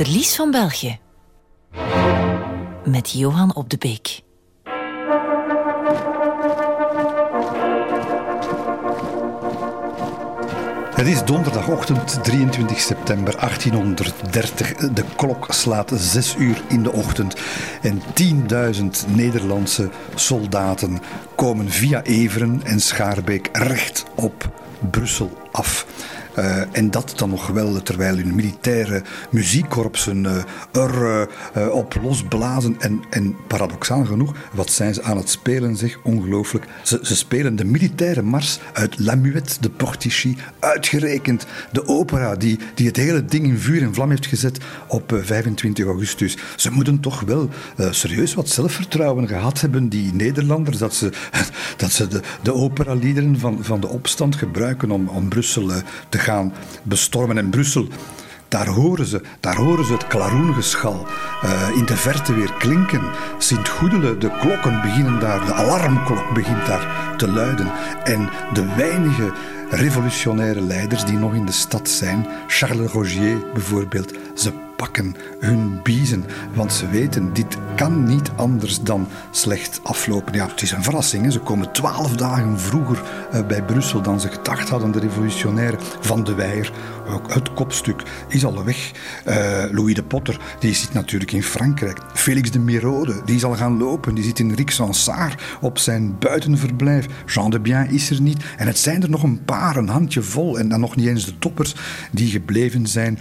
verlies van België. Met Johan Op de Beek. Het is donderdagochtend 23 september 1830. De klok slaat 6 uur in de ochtend. En 10.000 Nederlandse soldaten komen via Everen en Schaarbeek recht op Brussel af. En dat dan nog wel terwijl hun militaire muziekkorpsen op losblazen. En paradoxaal genoeg, wat zijn ze aan het spelen, zeg, ongelooflijk. Ze spelen de militaire mars uit La Muette de Portichy, uitgerekend de opera die het hele ding in vuur en vlam heeft gezet op 25 augustus. Ze moeten toch wel serieus wat zelfvertrouwen gehad hebben, die Nederlanders, dat ze de operaliederen van de opstand gebruiken om Brussel te gaan bestormen. En Brussel, daar horen ze het klaroengeschal in de verte weer klinken. Sint-Goedele, de klokken beginnen daar, de alarmklok begint daar te luiden. En de weinige revolutionaire leiders die nog in de stad zijn, Charles Rogier bijvoorbeeld, ze pakken hun biezen, want ze weten, dit kan niet anders dan slecht aflopen. Ja, het is een verrassing, hè. Ze komen 12 dagen vroeger bij Brussel dan ze gedacht hadden, de revolutionairen. Van de Weijer, ook het kopstuk, is al weg. Louis de Potter, die zit natuurlijk in Frankrijk. Félix de Mirode, die is al gaan lopen, die zit in Rixensart op zijn buitenverblijf. Jean de Bien is er niet. En het zijn er nog een paar, een handjevol, en dan nog niet eens de toppers die gebleven zijn.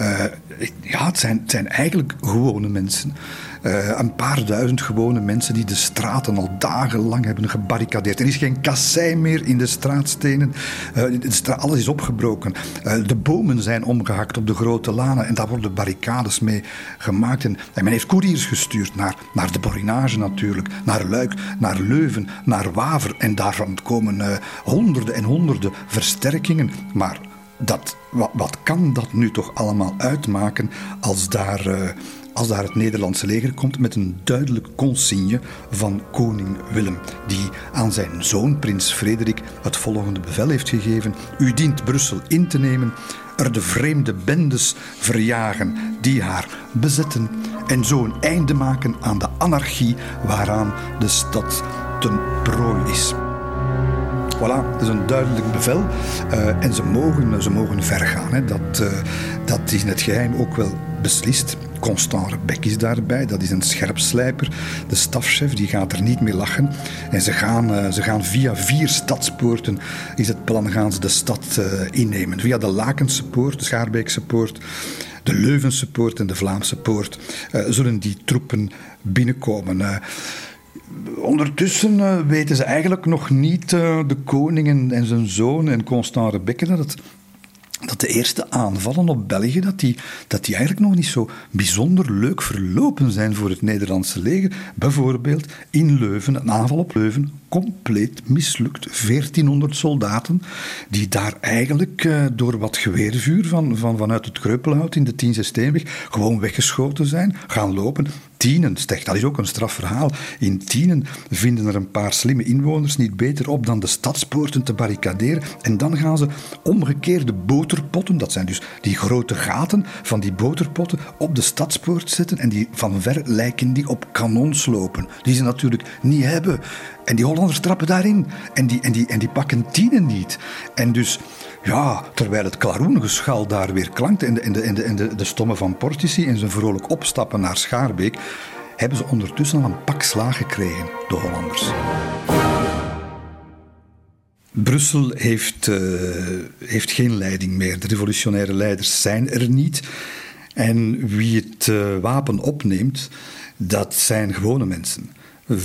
Het zijn eigenlijk gewone mensen. Een paar duizend gewone mensen die de straten al dagenlang hebben gebarricadeerd. Er is geen kassei meer in de straatstenen. Alles is opgebroken. De bomen zijn omgehakt op de grote lanen en daar worden barricades mee gemaakt. En men heeft koeriers gestuurd naar de Borinage natuurlijk, naar Luik, naar Leuven, naar Waver. En daarvan komen honderden en honderden versterkingen. Maar wat kan dat nu toch allemaal uitmaken als daar het Nederlandse leger komt met een duidelijk consigne van koning Willem, die aan zijn zoon, prins Frederik, het volgende bevel heeft gegeven: u dient Brussel in te nemen, er de vreemde bendes verjagen die haar bezetten en zo een einde maken aan de anarchie waaraan de stad ten prooi is. Voilà, dat is een duidelijk bevel. En ze mogen ver gaan. Hè. Dat is in het geheim ook wel beslist. Constant Rebek is daarbij, dat is een scherpslijper. De stafchef, die gaat er niet mee lachen. En ze gaan via 4 stadspoorten, is het plan, gaan ze de stad innemen. Via de Lakense poort, de Schaarbeekse poort, de Leuvense poort en de Vlaamse poort zullen die troepen binnenkomen. Ondertussen weten ze eigenlijk nog niet, de koning en zijn zoon en Constant Rebecke, dat de eerste aanvallen op België, dat die eigenlijk nog niet zo bijzonder leuk verlopen zijn voor het Nederlandse leger. Bijvoorbeeld in Leuven, een aanval op Leuven, compleet mislukt. 1400 soldaten die daar eigenlijk door wat geweervuur vanuit het Kreupelhout in de Tienste-Steenweg gewoon weggeschoten zijn, gaan lopen. Tienen, dat is ook een strafverhaal. In Tienen vinden er een paar slimme inwoners niet beter op dan de stadspoorten te barricaderen. En dan gaan ze omgekeerde boterpotten, dat zijn dus die grote gaten van die boterpotten, op de stadspoort zetten. En die van ver lijken die op kanons lopen, die ze natuurlijk niet hebben. En die Hollanders trappen daarin. En die pakken Tienen niet. En dus, ja, terwijl het klaroengeschal daar weer klankt en de stommen van Portici en zijn vrolijk opstappen naar Schaarbeek, hebben ze ondertussen al een pak slaag gekregen, de Hollanders. Brussel heeft geen leiding meer. De revolutionaire leiders zijn er niet. En wie het wapen opneemt, dat zijn gewone mensen. 95%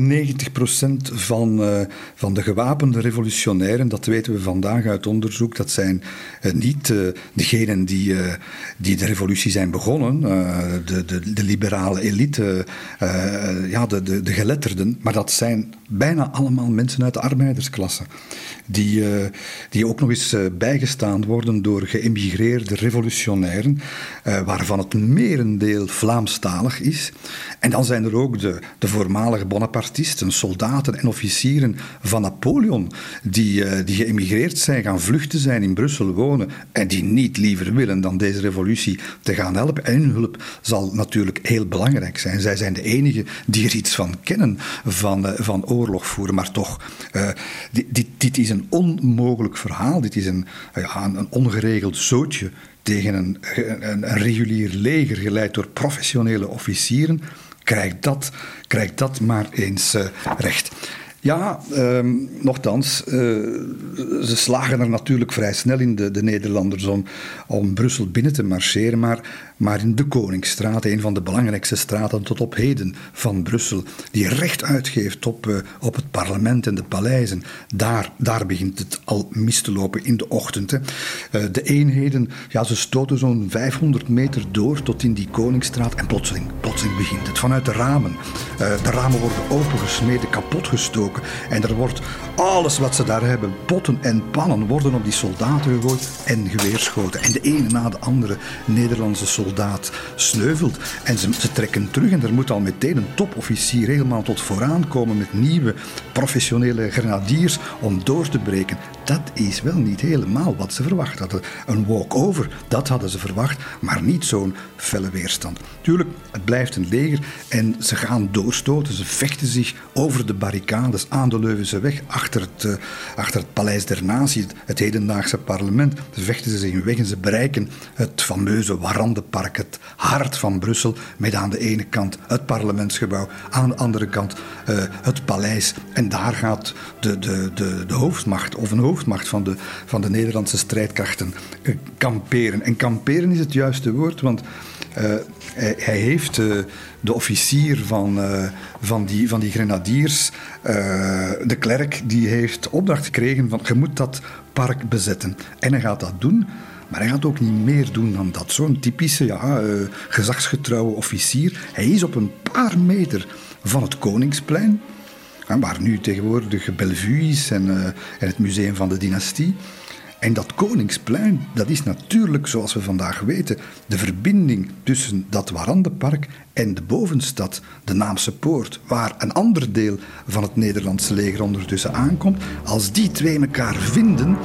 van de gewapende revolutionairen, dat weten we vandaag uit onderzoek, dat zijn niet degenen die de revolutie zijn begonnen, de liberale elite, de geletterden, maar dat zijn bijna allemaal mensen uit de arbeidersklasse. Die ook nog eens bijgestaan worden door geëmigreerde revolutionairen, waarvan het merendeel Vlaamstalig is. En dan zijn er ook de voormalige voormalige Bonapartisten, soldaten en officieren van Napoleon, die geëmigreerd zijn, gaan vluchten zijn, in Brussel wonen en die niet liever willen dan deze revolutie te gaan helpen. En hun hulp zal natuurlijk heel belangrijk zijn. Zij zijn de enigen die er iets van kennen van oorlog voeren. Maar toch, dit is een onmogelijk verhaal. Dit is een ongeregeld zootje tegen een regulier leger geleid door professionele officieren. Krijgt dat maar eens recht. Ja, nochtans, ze slagen er natuurlijk vrij snel in, de Nederlanders, om Brussel binnen te marcheren, maar in de Koningsstraat, een van de belangrijkste straten tot op heden van Brussel, die recht uitgeeft op het parlement en de paleizen, daar begint het al mis te lopen in de ochtend. Hè. De eenheden, ze stoten zo'n 500 meter door tot in die Koningsstraat en plotseling begint het. Vanuit de ramen. De ramen worden opengesmeden, kapotgestoken. En er wordt alles wat ze daar hebben, potten en pannen, worden op die soldaten gegooid en geweerschoten. En de ene na de andere Nederlandse soldaat sneuvelt. En ze trekken terug en er moet al meteen een topofficier helemaal tot vooraan komen met nieuwe professionele grenadiers om door te breken. Dat is wel niet helemaal wat ze verwacht hadden. Een walk-over, dat hadden ze verwacht, maar niet zo'n felle weerstand. Tuurlijk, het blijft een leger en ze gaan doorstoten. Ze vechten zich over de barricades aan de Leuvense weg, achter het Paleis der Natie, het hedendaagse parlement. Ze vechten ze zich weg en ze bereiken het fameuze Warandenpark, het hart van Brussel, met aan de ene kant het parlementsgebouw, aan de andere kant het paleis. En daar gaat de hoofdmacht, of een hoofdmacht van de Nederlandse strijdkrachten kamperen. En kamperen is het juiste woord, want hij heeft de officier van die grenadiers, de klerk, die heeft opdracht gekregen van je moet dat park bezetten. En hij gaat dat doen, maar hij gaat ook niet meer doen dan dat. Zo'n typische gezagsgetrouwe officier. Hij is op een paar meter van het Koningsplein, waar nu tegenwoordig Bellevue is en het Museum van de Dynastie. En dat Koningsplein, dat is natuurlijk, zoals we vandaag weten, de verbinding tussen dat Warandenpark en de bovenstad, de Naamse Poort, waar een ander deel van het Nederlandse leger ondertussen aankomt. Als die twee elkaar vinden,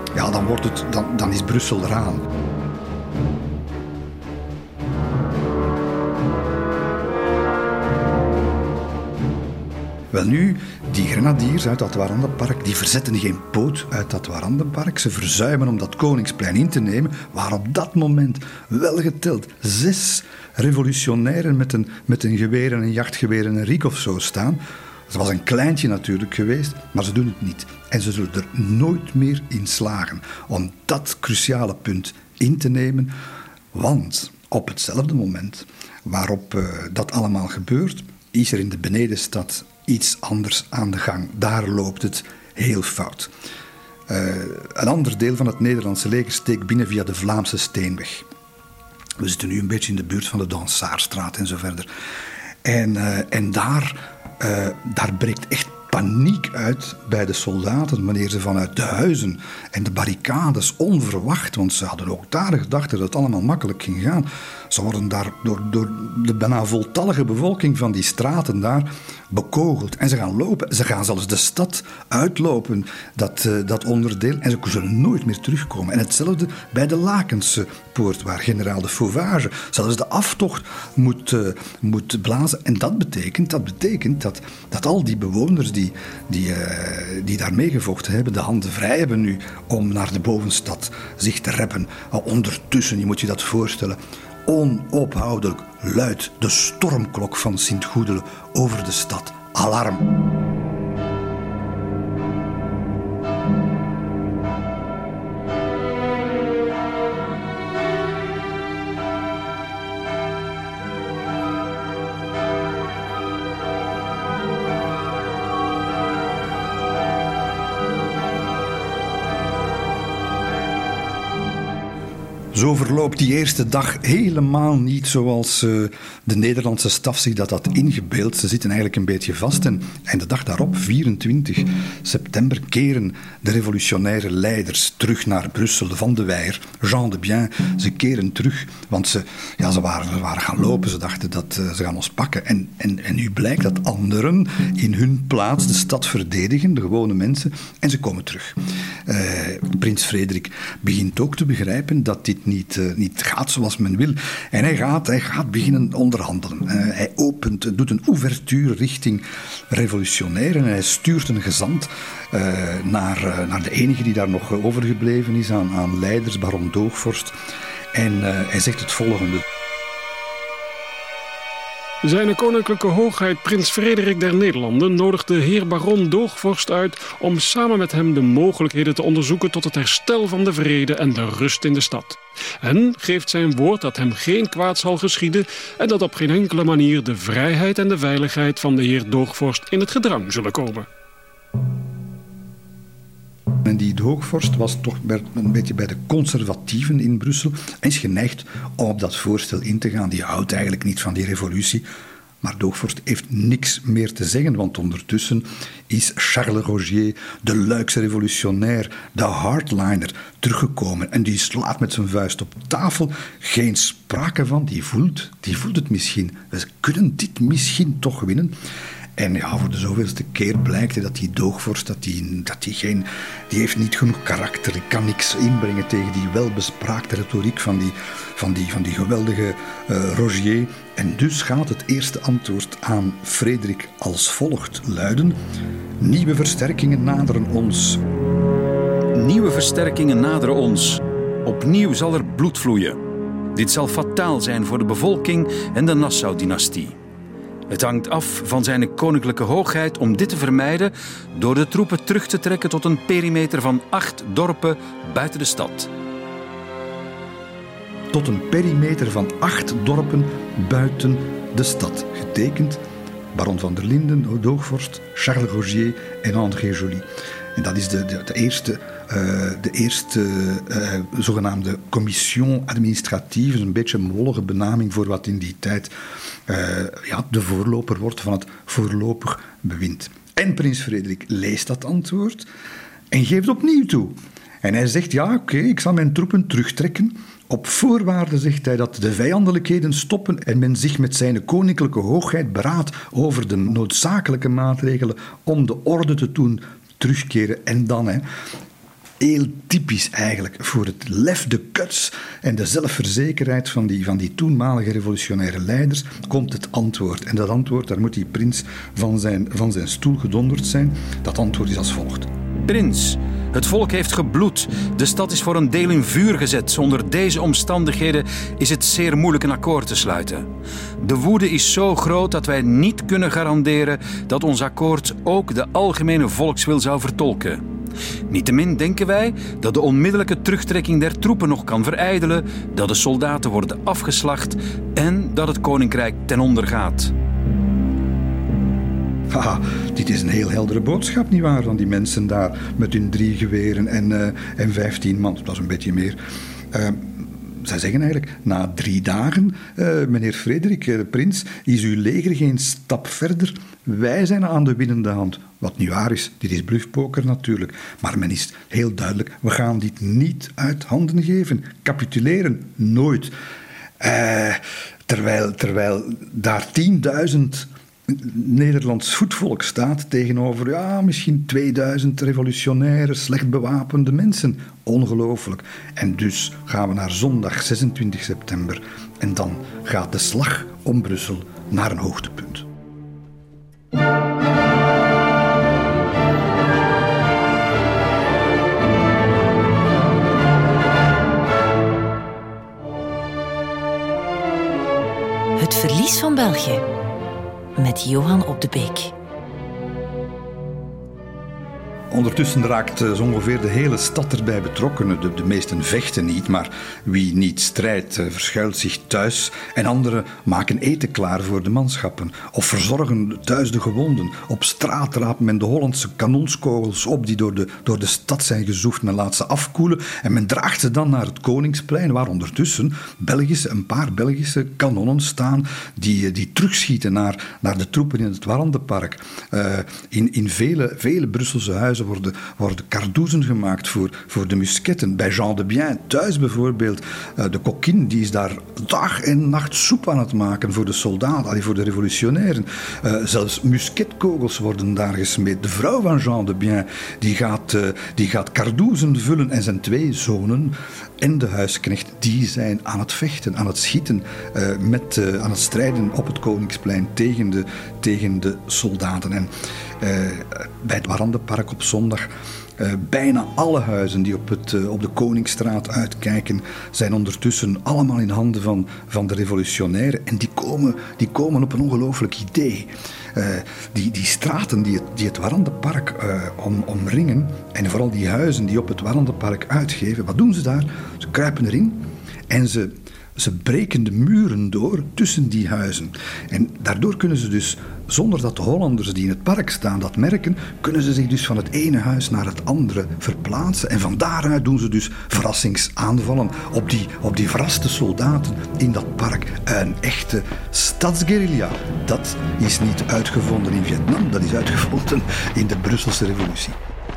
dan is Brussel eraan. Welnu, die grenadiers uit dat Warandenpark, die verzetten geen poot uit dat Warandenpark. Ze verzuimen om dat Koningsplein in te nemen, waar op dat moment wel geteld 6 revolutionairen met een geweer en een jachtgeweer en een riek of zo staan. Het was een kleintje natuurlijk geweest, maar ze doen het niet. En ze zullen er nooit meer in slagen om dat cruciale punt in te nemen, want op hetzelfde moment waarop dat allemaal gebeurt, is er in de benedenstad iets anders aan de gang. Daar loopt het heel fout. Een ander deel van het Nederlandse leger steekt binnen via de Vlaamse Steenweg. We zitten nu een beetje in de buurt van de Dansaarstraat en zo verder. En daar breekt echt paniek uit bij de soldaten wanneer ze vanuit de huizen en de barricades onverwacht, want ze hadden ook daar gedacht dat het allemaal makkelijk ging gaan. Ze worden daar door de bijna voltallige bevolking van die straten daar bekogeld. En ze gaan lopen. Ze gaan zelfs de stad uitlopen, dat onderdeel. En ze zullen nooit meer terugkomen. En hetzelfde bij de Lakense Poort, waar generaal de Fauvage zelfs de aftocht moet blazen. En dat betekent dat al die bewoners die daar meegevochten hebben, de handen vrij hebben nu om naar de bovenstad zich te reppen. Ondertussen, je moet je dat voorstellen, onophoudelijk luidt de stormklok van Sint-Goedele over de stad. Alarm! Zo verloopt die eerste dag helemaal niet zoals de Nederlandse staf zich dat had ingebeeld. Ze zitten eigenlijk een beetje vast. En de dag daarop, 24 september, keren de revolutionaire leiders terug naar Brussel. Van de Weyer, Jean de Bien, ze keren terug. Want ze waren gaan lopen. Ze dachten dat ze gaan ons pakken. En nu blijkt dat anderen in hun plaats de stad verdedigen, de gewone mensen. En ze komen terug. Prins Frederik begint ook te begrijpen dat dit niet gaat zoals men wil. En hij gaat beginnen onderhandelen. Hij doet een ouverture richting revolutionair en hij stuurt een gezant naar de enige die daar nog overgebleven is aan leiders, baron Doogvorst. En hij zegt het volgende. Zijn koninklijke hoogheid prins Frederik der Nederlanden nodigt de heer baron Doogvorst uit om samen met hem de mogelijkheden te onderzoeken tot het herstel van de vrede en de rust in de stad. En geeft zijn woord dat hem geen kwaad zal geschieden en dat op geen enkele manier de vrijheid en de veiligheid van de heer Doogvorst in het gedrang zullen komen. En die Doogvorst was toch een beetje bij de conservatieven in Brussel en is geneigd om op dat voorstel in te gaan. Die houdt eigenlijk niet van die revolutie. Maar Doogvorst heeft niks meer te zeggen, want ondertussen is Charles Rogier, de Luikse revolutionair, de hardliner, teruggekomen. En die slaat met zijn vuist op tafel. Geen sprake van, die voelt het misschien. We kunnen dit misschien toch winnen. En ja, voor de zoveelste keer blijkt dat die Doogvorst, die heeft niet genoeg karakter. Die kan niks inbrengen tegen die welbespraakte retoriek van die geweldige Rogier. En dus gaat het eerste antwoord aan Frederik als volgt luiden. Nieuwe versterkingen naderen ons. Nieuwe versterkingen naderen ons. Opnieuw zal er bloed vloeien. Dit zal fataal zijn voor de bevolking en de Nassau-dynastie. Het hangt af van zijn koninklijke hoogheid om dit te vermijden door de troepen terug te trekken tot een perimeter van 8 dorpen buiten de stad. Tot een perimeter van 8 dorpen buiten de stad. Getekend baron van der Linden, Doogvorst, Charles Rogier en André Joly. En dat is de eerste zogenaamde commission administratieve, een beetje een mollige benaming voor wat in die tijd de voorloper wordt van het voorlopig bewind. En prins Frederik leest dat antwoord en geeft opnieuw toe. En hij zegt, ik zal mijn troepen terugtrekken. Op voorwaarde zegt hij dat de vijandelijkheden stoppen en men zich met zijn koninklijke hoogheid beraadt over de noodzakelijke maatregelen om de orde te doen terugkeren. En dan, heel typisch eigenlijk voor het lef, de guts en de zelfverzekerheid van die toenmalige revolutionaire leiders, komt het antwoord. En dat antwoord, daar moet die prins van zijn stoel gedonderd zijn. Dat antwoord is als volgt. Prins, het volk heeft gebloed. De stad is voor een deel in vuur gezet. Onder deze omstandigheden is het zeer moeilijk een akkoord te sluiten. De woede is zo groot dat wij niet kunnen garanderen dat ons akkoord ook de algemene volkswil zou vertolken. Niettemin denken wij dat de onmiddellijke terugtrekking der troepen nog kan verijdelen, dat de soldaten worden afgeslacht en dat het koninkrijk ten onder gaat. Haha, dit is een heel heldere boodschap, nietwaar, van die mensen daar met hun 3 geweren en 15 man. Dat is een beetje meer. Zij zeggen eigenlijk, na 3 dagen, meneer Frederik, de prins, is uw leger geen stap verder. Wij zijn aan de winnende hand. Wat niet waar is, dit is bluffpoker natuurlijk. Maar men is heel duidelijk, we gaan dit niet uit handen geven. Capituleren, nooit. Terwijl daar 10.000... Nederlands voetvolk staat tegenover misschien 2000 revolutionaire, slecht bewapende mensen. Ongelooflijk. En dus gaan we naar zondag 26 september. En dan gaat de slag om Brussel naar een hoogtepunt. Het verlies van België. Met Johan op de Beek. Ondertussen raakt zo ongeveer de hele stad erbij betrokken. De meesten vechten niet, maar wie niet strijdt verschuilt zich thuis. En anderen maken eten klaar voor de manschappen. Of verzorgen thuis de gewonden. Op straat raapt men de Hollandse kanonskogels op die door de stad zijn gezoefd. Men laat ze afkoelen en men draagt ze dan naar het Koningsplein, waar ondertussen een paar Belgische kanonnen staan die terugschieten naar de troepen in het Warandenpark. In vele Brusselse huizen worden kardoezen gemaakt voor de musketten. Bij Jean de Bien thuis bijvoorbeeld, de kokkin die is daar dag en nacht soep aan het maken voor de soldaten, voor de revolutionairen. Zelfs musketkogels worden daar gesmeed. De vrouw van Jean de Bien die gaat kardoezen vullen en zijn 2 zonen en de huisknecht die zijn aan het vechten, aan het schieten, aan het strijden op het Koningsplein tegen de soldaten. En bij het Warandenpark op zondag, bijna alle huizen die op de Koningsstraat uitkijken, zijn ondertussen allemaal in handen van de revolutionairen. En die komen op een ongelooflijk idee. Die straten die het Warandenpark omringen, en vooral die huizen die op het Warandenpark uitgeven, wat doen ze daar? Ze kruipen erin en ze breken de muren door tussen die huizen. En daardoor kunnen ze dus, zonder dat de Hollanders die in het park staan dat merken, kunnen ze zich dus van het ene huis naar het andere verplaatsen. En van daaruit doen ze dus verrassingsaanvallen op die verraste soldaten in dat park. Een echte stadsguerrilla. Dat is niet uitgevonden in Vietnam, dat is uitgevonden in de Brusselse revolutie.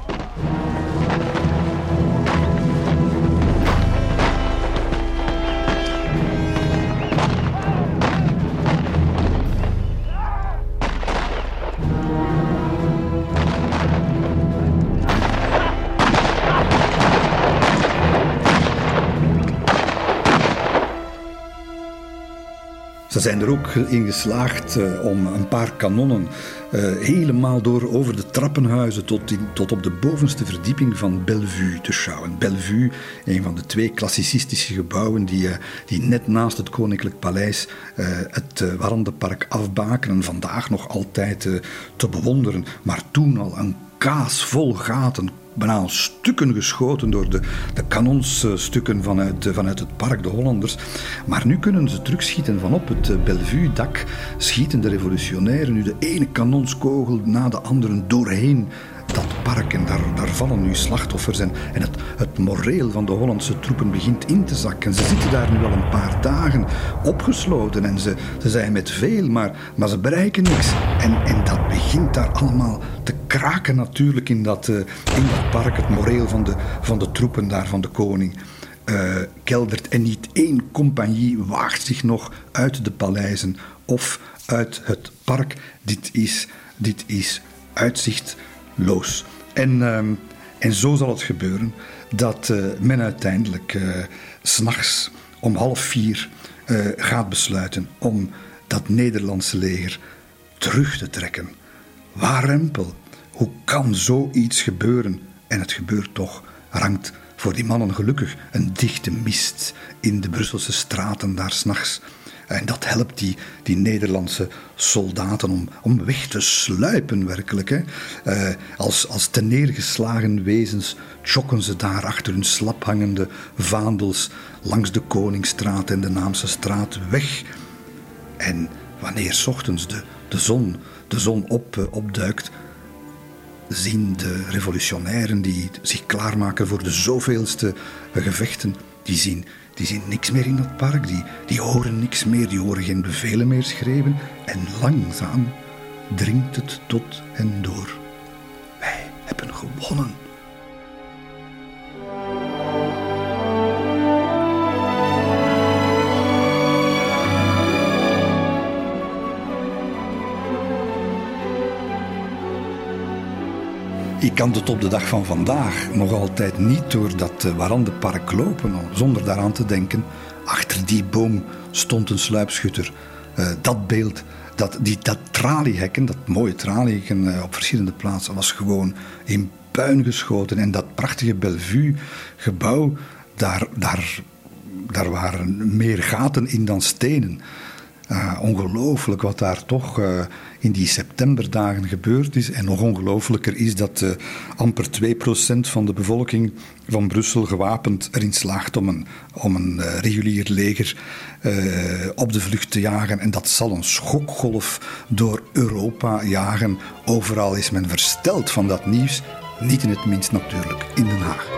Ze zijn er ook in geslaagd om een paar kanonnen helemaal over de trappenhuizen tot op de bovenste verdieping van Bellevue te sjouwen. Bellevue, een van de 2 klassicistische gebouwen die net naast het Koninklijk Paleis het Warandenpark afbakenen, vandaag nog altijd te bewonderen, maar toen al een kaas vol gaten, bijna stukken geschoten door de kanonsstukken vanuit het park, de Hollanders. Maar nu kunnen ze terugschieten van op het Bellevue-dak. Schieten de revolutionairen nu de ene kanonskogel na de andere doorheen dat park. En daar vallen nu slachtoffers. En het moreel van de Hollandse troepen begint in te zakken. Ze zitten daar nu al een paar dagen opgesloten. En ze zijn met veel, maar ze bereiken niks. En dat begint daar allemaal te kraken natuurlijk in dat park. Het moreel van de troepen daar, van de koning, keldert. En niet 1 compagnie waagt zich nog uit de paleizen of uit het park. Dit is uitzichtloos. En zo zal het gebeuren dat men uiteindelijk 's nachts om 3:30 gaat besluiten om dat Nederlandse leger terug te trekken. Warempel, hoe kan zoiets gebeuren? En het gebeurt toch. Er hangt voor die mannen gelukkig een dichte mist in de Brusselse straten daar 's nachts. En dat helpt die Nederlandse soldaten om weg te sluipen, werkelijk. Hè. Als teneergeslagen wezens chokken ze daar achter hun slaphangende vaandels langs de Koningsstraat en de Naamse straat weg. En wanneer 's ochtends de zon opduikt, zien de revolutionairen die zich klaarmaken voor de zoveelste gevechten, die zien niks meer in dat park, die horen niks meer, die horen geen bevelen meer schreeuwen. En langzaam dringt het tot hen door. Wij hebben gewonnen. Ik kan tot op de dag van vandaag nog altijd niet door dat Warandenpark lopen, zonder daaraan te denken. Achter die boom stond een sluipschutter. Dat beeld, dat traliehekken, dat mooie traliehekken op verschillende plaatsen, was gewoon in puin geschoten. En dat prachtige Bellevue-gebouw, daar waren meer gaten in dan stenen. Ongelooflijk wat daar toch in die septemberdagen gebeurd is. En nog ongelooflijker is dat amper 2% van de bevolking van Brussel gewapend erin slaagt om een regulier leger op de vlucht te jagen. En dat zal een schokgolf door Europa jagen. Overal is men versteld van dat nieuws. Niet in het minst natuurlijk in Den Haag.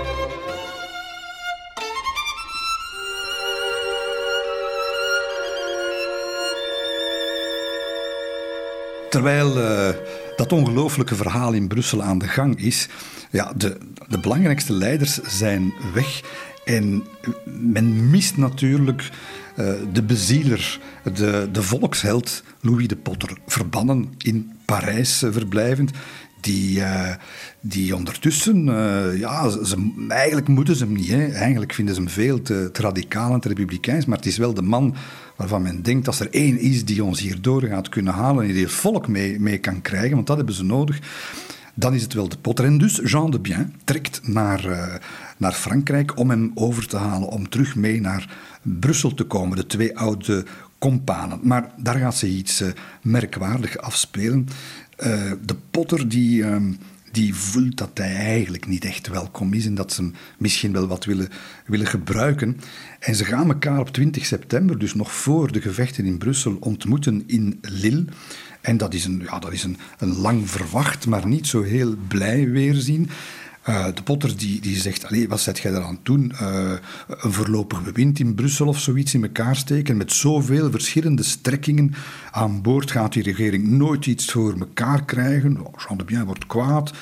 Terwijl dat ongelooflijke verhaal in Brussel aan de gang is, ja, de belangrijkste leiders zijn weg. En men mist natuurlijk de bezieler, de volksheld Louis de Potter, verbannen in Parijs verblijvend. Die ondertussen, eigenlijk moeten ze hem niet. Hè. Eigenlijk vinden ze hem veel te radicaal en te republikeins. Maar het is wel de man waarvan men denkt, als er één is die ons hierdoor gaat kunnen halen en die het volk mee kan krijgen, want dat hebben ze nodig, dan is het wel de Potter. En dus Jean de Bien trekt naar Frankrijk om hem over te halen, om terug mee naar Brussel te komen. De twee oude kompanen. Maar daar gaat ze iets merkwaardig afspelen. De Potter die voelt dat hij eigenlijk niet echt welkom is en dat ze hem misschien wel wat willen gebruiken. En ze gaan elkaar op 20 september, dus nog voor de gevechten in Brussel, ontmoeten in Lille. En dat is een lang verwacht, maar niet zo heel blij weerzien. De Potter die zegt, allee, wat zet jij eraan doen? Een voorlopig bewind in Brussel of zoiets in elkaar steken. Met zoveel verschillende strekkingen aan boord gaat die regering nooit iets voor elkaar krijgen. Jean de Bien wordt kwaad.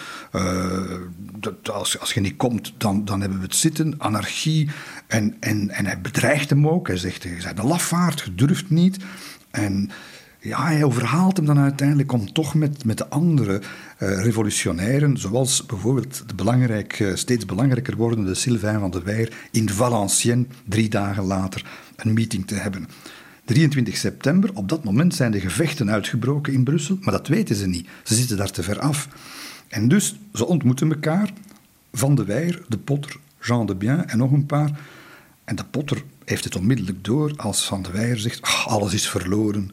Als je niet komt, dan hebben we het zitten. Anarchie. En hij bedreigt hem ook. Hij zegt, je bent een lafaard, je durft niet. En ja, hij overhaalt hem dan uiteindelijk om toch met de andere revolutionairen, zoals bijvoorbeeld de steeds belangrijker wordende Sylvain van de Weyer, in Valenciennes 3 dagen later een meeting te hebben. 23 september, op dat moment zijn de gevechten uitgebroken in Brussel, maar dat weten ze niet. Ze zitten daar te ver af. En dus, ze ontmoeten elkaar, Van de Weyer, de Potter, Jean de Bien en nog een paar. En de Potter heeft het onmiddellijk door als Van de Weyer zegt, alles is verloren.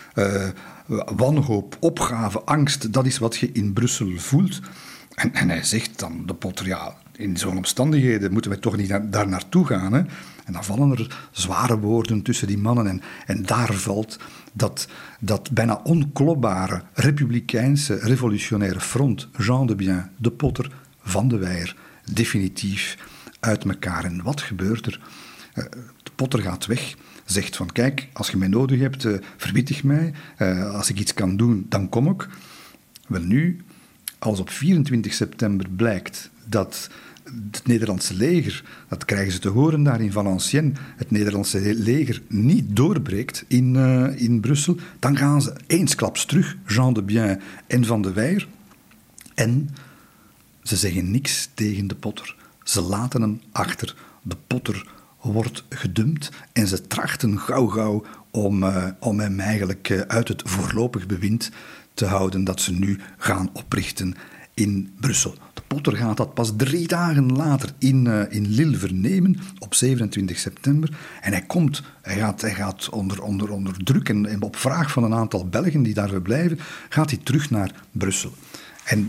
Wanhoop, opgave, angst, dat is wat je in Brussel voelt. En hij zegt dan, de Potter, ja, in zo'n omstandigheden moeten we toch niet daar naartoe gaan. Hè? En dan vallen er zware woorden tussen die mannen. En daar valt dat bijna onklopbare republikeinse revolutionaire front, Jean de Bien, de Potter, Van de Weyer, definitief uit elkaar. En wat gebeurt er? De Potter gaat weg. Zegt van, kijk, als je mij nodig hebt, verwittig mij. Als ik iets kan doen, dan kom ik. Wel nu, als op 24 september blijkt dat het Nederlandse leger, dat krijgen ze te horen daar in Valenciennes, het Nederlandse leger niet doorbreekt in Brussel, dan gaan ze eensklaps terug, Jean de Bien en Van de Weyer. En ze zeggen niks tegen de Potter. Ze laten hem achter. De Potter wordt gedumpt en ze trachten gauw om hem eigenlijk uit het voorlopig bewind te houden dat ze nu gaan oprichten in Brussel. De Potter gaat dat pas 3 dagen later in Lille vernemen, op 27 september. En hij gaat onder druk en op vraag van een aantal Belgen die daar verblijven, gaat hij terug naar Brussel. En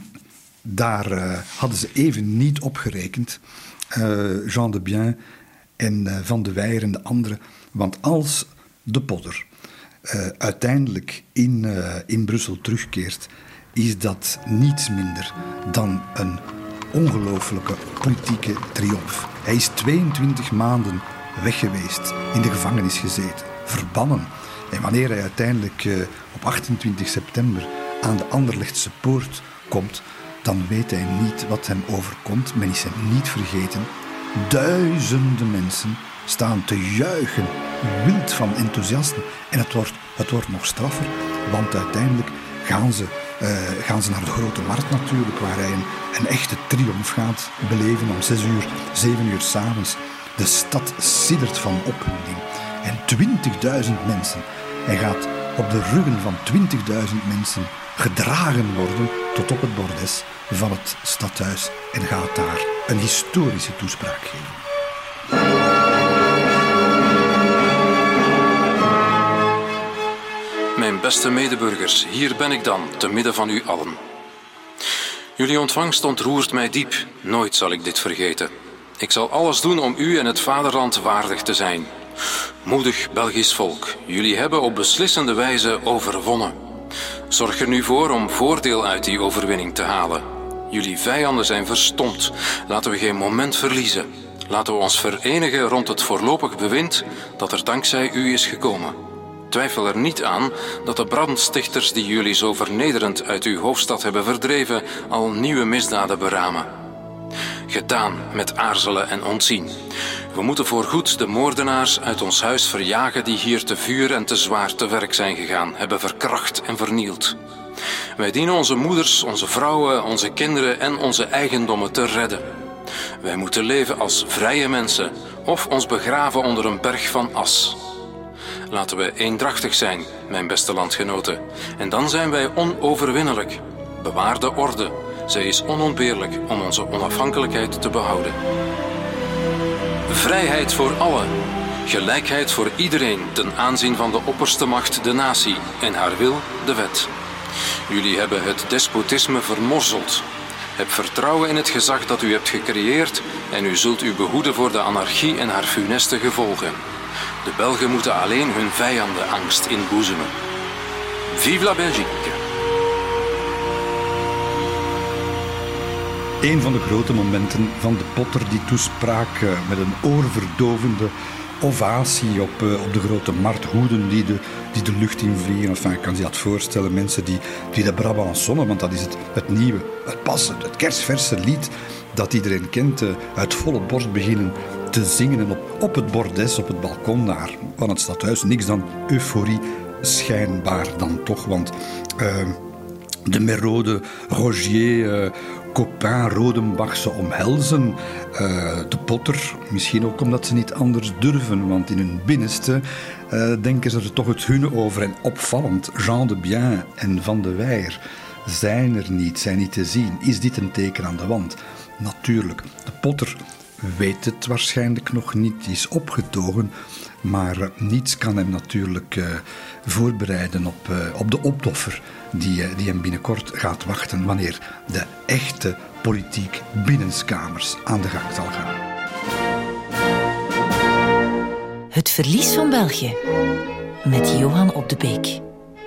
daar hadden ze even niet op gerekend, Jean de Bien en Van de Weyer en de anderen. Want als de Potter uiteindelijk in Brussel terugkeert, is dat niets minder dan een ongelooflijke politieke triomf. Hij is 22 maanden weg geweest, in de gevangenis gezeten, verbannen. En wanneer hij uiteindelijk op 28 september aan de Anderlechtse poort komt, dan weet hij niet wat hem overkomt. Men is hem niet vergeten. Duizenden mensen staan te juichen, wild van enthousiasme. En het wordt nog straffer, want uiteindelijk gaan ze naar de Grote Markt natuurlijk, waar hij een echte triomf gaat beleven om 6 uur, 7 uur 's avonds. De stad siddert van opwinding. En 20.000 mensen. Hij gaat op de ruggen van 20.000 mensen gedragen worden tot op het bordes van het stadhuis en gaat daar een historische toespraak geven. Mijn beste medeburgers, hier ben ik dan, te midden van u allen. Jullie ontvangst ontroert mij diep. Nooit zal ik dit vergeten. Ik zal alles doen om u en het vaderland waardig te zijn. Moedig Belgisch volk, jullie hebben op beslissende wijze overwonnen. Zorg er nu voor om voordeel uit die overwinning te halen. Jullie vijanden zijn verstomd. Laten we geen moment verliezen. Laten we ons verenigen rond het voorlopig bewind dat er dankzij u is gekomen. Twijfel er niet aan dat de brandstichters die jullie zo vernederend uit uw hoofdstad hebben verdreven al nieuwe misdaden beramen. Gedaan met aarzelen en ontzien. We moeten voorgoed de moordenaars uit ons huis verjagen die hier te vuur en te zwaar te werk zijn gegaan, hebben verkracht en vernield. Wij dienen onze moeders, onze vrouwen, onze kinderen en onze eigendommen te redden. Wij moeten leven als vrije mensen of ons begraven onder een berg van as. Laten we eendrachtig zijn, mijn beste landgenoten. En dan zijn wij onoverwinnelijk. Bewaar de orde. Zij is onontbeerlijk om onze onafhankelijkheid te behouden. Vrijheid voor allen. Gelijkheid voor iedereen ten aanzien van de opperste macht, de natie, en haar wil, de wet. Jullie hebben het despotisme vermorzeld. Heb vertrouwen in het gezag dat u hebt gecreëerd en u zult u behoeden voor de anarchie en haar funeste gevolgen. De Belgen moeten alleen hun vijanden angst inboezemen. Vive la Belgique! Een van de grote momenten van de Potter, die toespraak met een oorverdovende ovatie op de grote markt, hoeden die de lucht invliegen. Enfin, ik kan zich dat voorstellen, mensen die de Brabant zongen, want dat is het nieuwe, het passen, het kerstverse lied dat iedereen kent, uit volle borst beginnen te zingen. En op het bordes, op het balkon daar van het stadhuis, niks dan euforie schijnbaar dan toch, want de Merode, Rogier, Copin, Rodenbach ze omhelzen. De Potter, misschien ook omdat ze niet anders durven, want in hun binnenste denken ze er toch het hunne over. En opvallend, Jean de Bien en Van de Weyer zijn er niet, zijn niet te zien. Is dit een teken aan de wand? Natuurlijk, de Potter weet het waarschijnlijk nog niet, die is opgetogen, maar niets kan hem natuurlijk voorbereiden op de optoffer die hem binnenkort gaat wachten wanneer de echte politiek binnenskamers aan de gang zal gaan. Het verlies van België met Johan Op de Beek.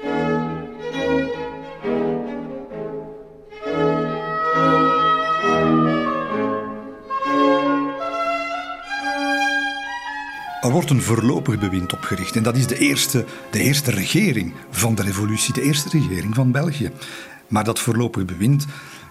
Er wordt een voorlopig bewind opgericht en dat is de eerste regering van de revolutie, de eerste regering van België. Maar dat voorlopig bewind,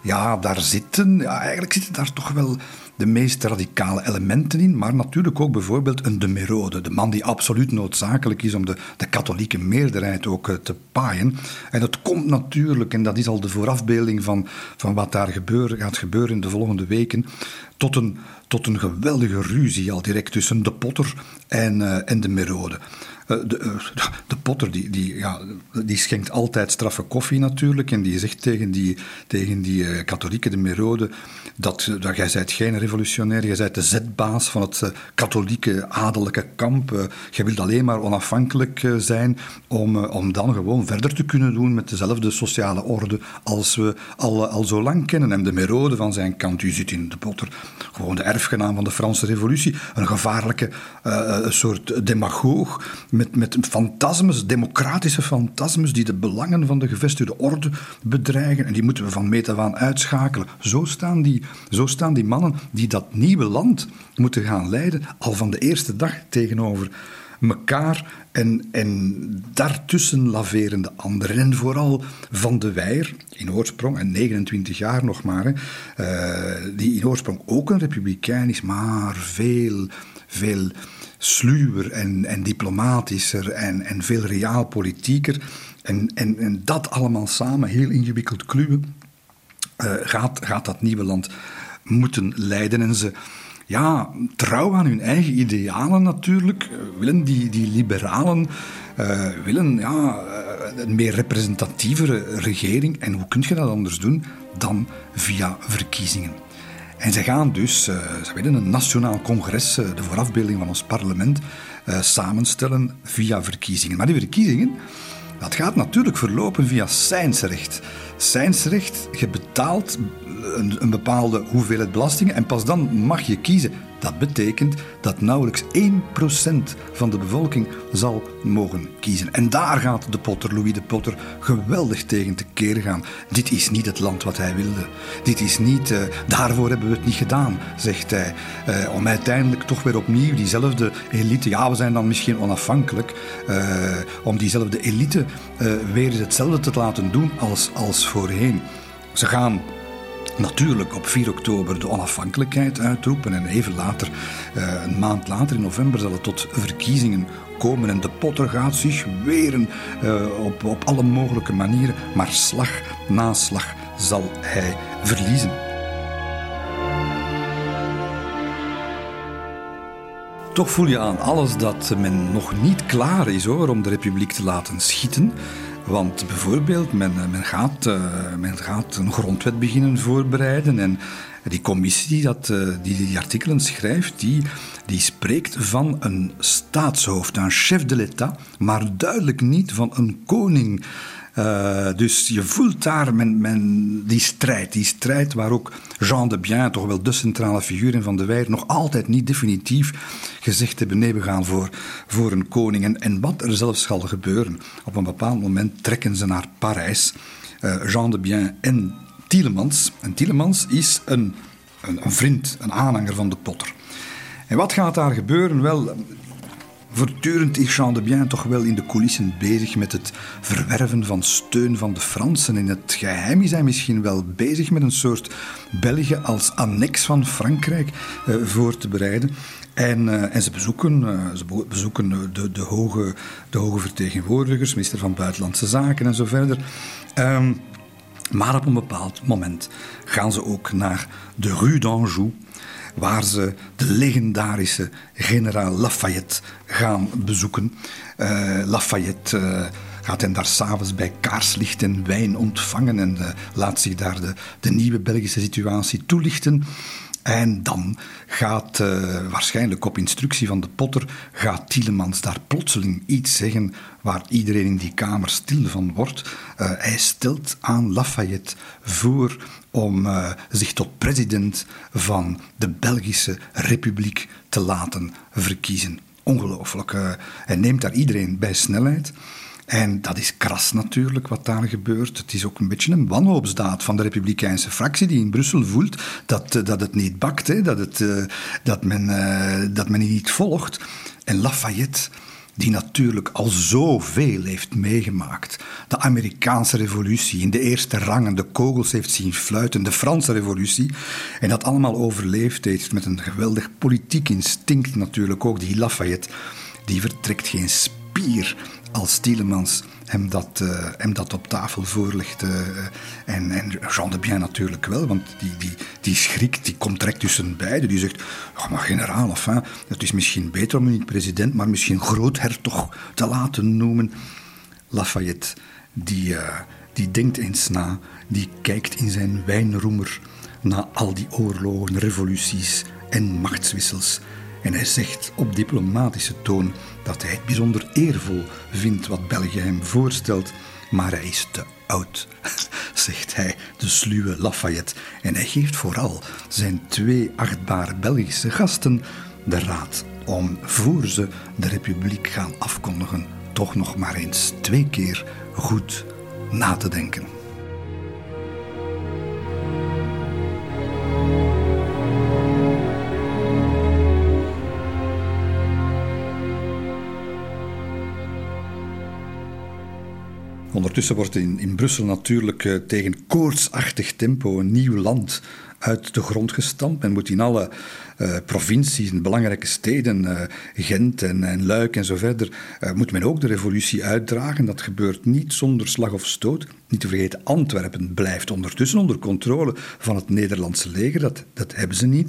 eigenlijk zitten daar toch wel de meest radicale elementen in, maar natuurlijk ook bijvoorbeeld een de Merode, de man die absoluut noodzakelijk is om de katholieke meerderheid ook te paaien. En dat komt natuurlijk, en dat is al de voorafbeelding van wat daar gaat gebeuren in de volgende weken, tot een geweldige ruzie al direct tussen de Potter en de Merode. De Potter die schenkt altijd straffe koffie natuurlijk en die zegt tegen die katholieke, de Merode, dat jij bent geen revolutionair, jij bent de zetbaas van het katholieke adellijke kamp. Jij wilt alleen maar onafhankelijk zijn om dan gewoon verder te kunnen doen met dezelfde sociale orde als we al zo lang kennen. En de Merode van zijn kant, u zit in de Potter, gewoon de erfgenaam van de Franse revolutie, een gevaarlijke soort demagoog met fantasmes, democratische fantasmes die de belangen van de gevestigde orde bedreigen en die moeten we van meet af aan uitschakelen. Zo staan die mannen die dat nieuwe land moeten gaan leiden al van de eerste dag tegenover mekaar en daartussen laverende anderen. En vooral Van de Weyer, in oorsprong, en 29 jaar nog maar, die in oorsprong ook een republikein is, maar veel sluwer en diplomatischer en veel realpolitieker. En dat allemaal samen, heel ingewikkeld kluwen, gaat dat nieuwe land moeten leiden. En ze trouw aan hun eigen idealen natuurlijk, willen die liberalen willen een meer representatievere regering. En hoe kun je dat anders doen dan via verkiezingen? En ze gaan dus, ze willen een nationaal congres, de voorafbeelding van ons parlement, samenstellen via verkiezingen. Maar die verkiezingen, Dat gaat natuurlijk verlopen via seinsrecht. Seinsrecht, je betaalt een bepaalde hoeveelheid belastingen en pas dan mag je kiezen. Dat betekent dat nauwelijks 1% van de bevolking zal mogen kiezen. En daar gaat Louis de Potter, geweldig tegen te keren gaan. Dit is niet het land wat hij wilde. Dit is niet, daarvoor hebben we het niet gedaan, zegt hij. Om uiteindelijk toch weer opnieuw diezelfde elite, ja, we zijn dan misschien onafhankelijk, om diezelfde elite weer hetzelfde te laten doen als voorheen. Ze gaan natuurlijk op 4 oktober de onafhankelijkheid uitroepen en even later, een maand later in november, zal het tot verkiezingen komen en de Potter gaat zich weren op alle mogelijke manieren, maar slag na slag zal hij verliezen. Toch voel je aan alles dat men nog niet klaar is om de republiek te laten schieten. Want bijvoorbeeld, men gaat een grondwet beginnen voorbereiden en die commissie die artikelen schrijft, die spreekt van een staatshoofd, een chef de l'État, maar duidelijk niet van een koning. Dus je voelt daar die strijd waar ook Jean de Bien, toch wel de centrale figuur in Van de Weyer, nog altijd niet definitief gezegd hebben, nee, we gaan voor een koning. En wat er zelfs zal gebeuren, op een bepaald moment trekken ze naar Parijs, Jean de Bien en Tielemans. En Tielemans is een vriend, een aanhanger van de Potter. En wat gaat daar gebeuren? Wel, voortdurend is Jean de Bien toch wel in de coulissen bezig met het verwerven van steun van de Fransen. In het geheim is hij misschien wel bezig met een soort België als annex van Frankrijk voor te bereiden. En ze bezoeken de hoge vertegenwoordigers, minister van Buitenlandse Zaken en zo verder. Maar op een bepaald moment gaan ze ook naar de Rue d'Anjou, waar ze de legendarische generaal Lafayette gaan bezoeken. Lafayette gaat hen daar s'avonds bij kaarslicht en wijn ontvangen en laat zich daar de nieuwe Belgische situatie toelichten. En dan gaat, waarschijnlijk op instructie van de Potter, gaat Tielemans daar plotseling iets zeggen waar iedereen in die kamer stil van wordt. Hij stelt aan Lafayette voor om zich tot president van de Belgische Republiek te laten verkiezen. Ongelooflijk. Hij neemt daar iedereen bij snelheid. En dat is kras natuurlijk wat daar gebeurt. Het is ook een beetje een wanhoopsdaad van de Republikeinse fractie die in Brussel voelt dat het niet bakt, hè, dat men niet volgt. En Lafayette, die natuurlijk al zoveel heeft meegemaakt. De Amerikaanse revolutie in de eerste rangen, de kogels heeft zien fluiten, de Franse revolutie. En dat allemaal overleefd heeft met een geweldig politiek instinct natuurlijk ook. Die Lafayette, die vertrekt geen spier als Tielemans hem dat op tafel voorlegt. En Jean de Bien natuurlijk wel, want die schrikt, die komt direct tussen beiden. Die zegt, oh, maar generaal, enfin, het is misschien beter om u niet president, maar misschien groothertog te laten noemen. Lafayette, die denkt eens na, die kijkt in zijn wijnroemer na al die oorlogen, revoluties en machtswissels. En hij zegt op diplomatische toon dat hij het bijzonder eervol vindt wat België hem voorstelt, maar hij is te oud, zegt hij, de sluwe Lafayette. En hij geeft vooral zijn 2 achtbare Belgische gasten de raad om, voor ze de republiek gaan afkondigen, toch nog maar eens 2 keer goed na te denken. Ondertussen wordt in Brussel natuurlijk tegen koortsachtig tempo een nieuw land uit de grond gestampt. Men moet in alle provincies en belangrijke steden, Gent en Luik en zo verder, moet men ook de revolutie uitdragen. Dat gebeurt niet zonder slag of stoot. Niet te vergeten, Antwerpen blijft ondertussen onder controle van het Nederlandse leger. Dat hebben ze niet.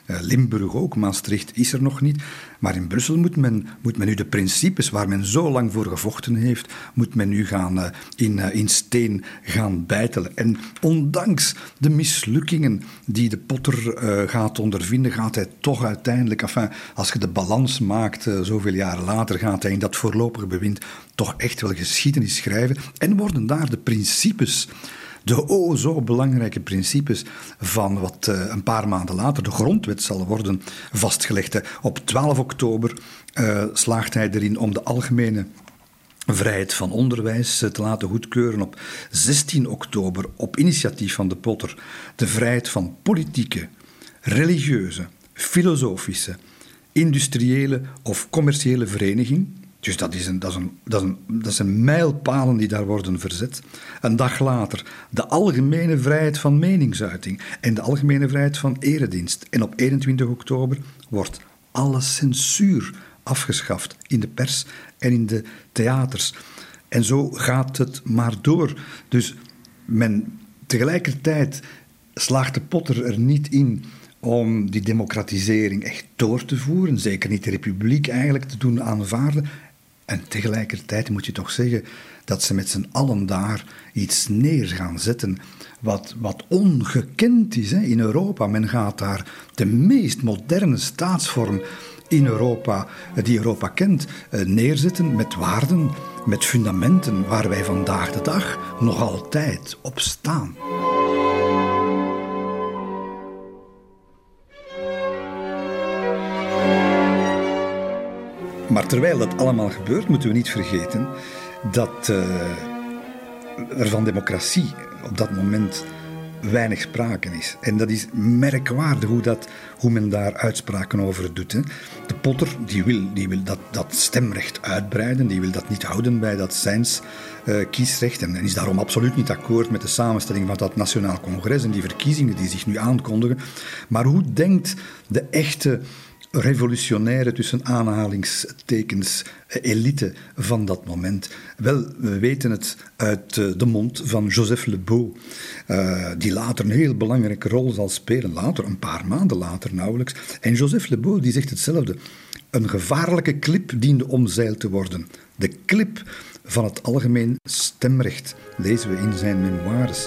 Limburg ook, Maastricht is er nog niet. Maar in Brussel moet men nu de principes waar men zo lang voor gevochten heeft, moet men nu gaan in steen gaan bijtelen. En ondanks de mislukkingen die de Potter gaat ondervinden, gaat hij toch uiteindelijk, als je de balans maakt, zoveel jaren later, gaat hij in dat voorlopig bewind toch echt wel geschiedenis schrijven. En worden daar de principes, de zo belangrijke principes van wat een paar maanden later de grondwet zal worden vastgelegd. Op 12 oktober slaagt hij erin om de algemene vrijheid van onderwijs te laten goedkeuren. Op 16 oktober, op initiatief van de Potter, de vrijheid van politieke, religieuze, filosofische, industriële of commerciële vereniging. Dus dat zijn mijlpalen die daar worden verzet. Een dag later de algemene vrijheid van meningsuiting en de algemene vrijheid van eredienst. En op 21 oktober wordt alle censuur afgeschaft in de pers en in de theaters. En zo gaat het maar door. Dus tegelijkertijd slaagt de Potter er niet in om die democratisering echt door te voeren. Zeker niet de republiek eigenlijk te doen aanvaarden. En tegelijkertijd moet je toch zeggen dat ze met z'n allen daar iets neer gaan zetten wat ongekend is in Europa. Men gaat daar de meest moderne staatsvorm in Europa, die Europa kent, neerzetten met waarden, met fundamenten waar wij vandaag de dag nog altijd op staan. Maar terwijl dat allemaal gebeurt, moeten we niet vergeten dat er van democratie op dat moment weinig sprake is. En dat is merkwaardig hoe men daar uitspraken over doet. Hè. De Potter die wil dat stemrecht uitbreiden, die wil dat niet houden bij dat zijns kiesrecht en is daarom absoluut niet akkoord met de samenstelling van dat Nationaal Congres en die verkiezingen die zich nu aankondigen. Maar hoe denkt de echte revolutionaire, tussen aanhalingstekens, elite van dat moment? Wel, we weten het uit de mond van Joseph Le Beau, die later een heel belangrijke rol zal spelen, later, een paar maanden later nauwelijks. En Joseph Le Beau die zegt hetzelfde. Een gevaarlijke klip diende omzeild te worden. De klip van het algemeen stemrecht, lezen we in zijn memoires.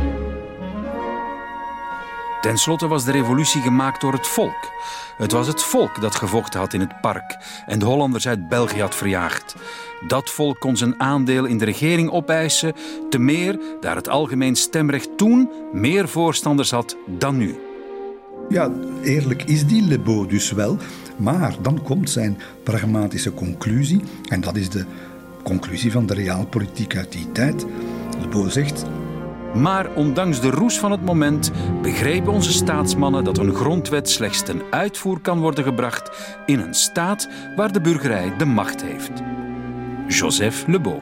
Ten slotte was de revolutie gemaakt door het volk. Het was het volk dat gevochten had in het park en de Hollanders uit België had verjaagd. Dat volk kon zijn aandeel in de regering opeisen, te meer daar het algemeen stemrecht toen meer voorstanders had dan nu. Ja, eerlijk is die Le Beau dus wel, maar dan komt zijn pragmatische conclusie, en dat is de conclusie van de realpolitiek uit die tijd. Le Beau zegt: maar ondanks de roes van het moment begrepen onze staatsmannen dat een grondwet slechts ten uitvoer kan worden gebracht in een staat waar de burgerij de macht heeft. Joseph Le Beau.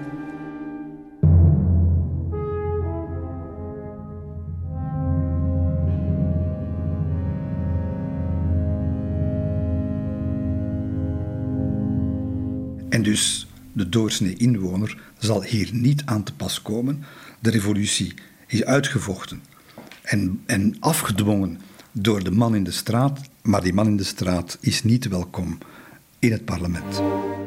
En dus de doorsnee inwoner zal hier niet aan te pas komen. De revolutie is uitgevochten en afgedwongen door de man in de straat, maar die man in de straat is niet welkom in het parlement.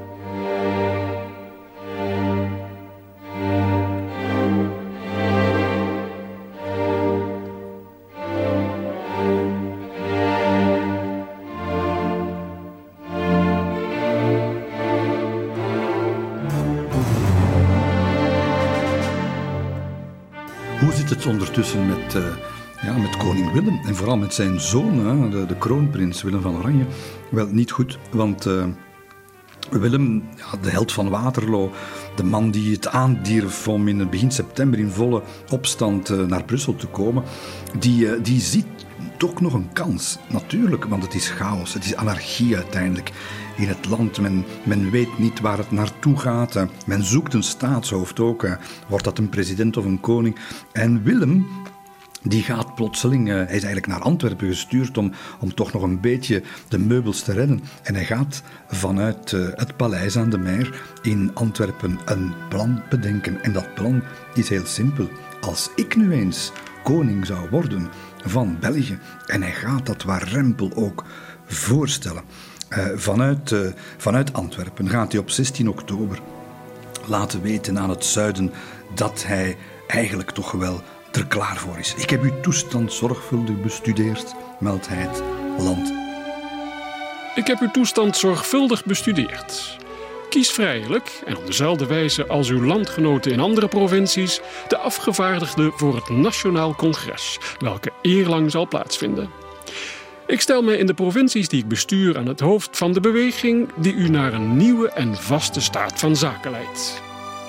Hoe zit het ondertussen met koning Willem en vooral met zijn zoon, de kroonprins Willem van Oranje? Wel, niet goed, want Willem, de held van Waterloo, de man die het aandierf om in het begin september in volle opstand naar Brussel te komen, die ziet toch nog een kans. Natuurlijk, want het is chaos, het is anarchie uiteindelijk in het land. Men weet niet waar het naartoe gaat. Men zoekt een staatshoofd ook. Wordt dat een president of een koning? En Willem, die gaat plotseling, hij is eigenlijk naar Antwerpen gestuurd om toch nog een beetje de meubels te redden. En hij gaat vanuit het paleis aan de Meer in Antwerpen een plan bedenken. En dat plan is heel simpel. Als ik nu eens koning zou worden van België. En hij gaat dat warempel ook voorstellen. Vanuit Antwerpen gaat hij op 16 oktober laten weten aan het zuiden dat hij eigenlijk toch wel er klaar voor is. Ik heb uw toestand zorgvuldig bestudeerd, meldt hij het land. Ik heb uw toestand zorgvuldig bestudeerd. Kies vrijelijk, en op dezelfde wijze als uw landgenoten in andere provincies, de afgevaardigde voor het Nationaal Congres, welke eerlang zal plaatsvinden. Ik stel mij in de provincies die ik bestuur aan het hoofd van de beweging die u naar een nieuwe en vaste staat van zaken leidt.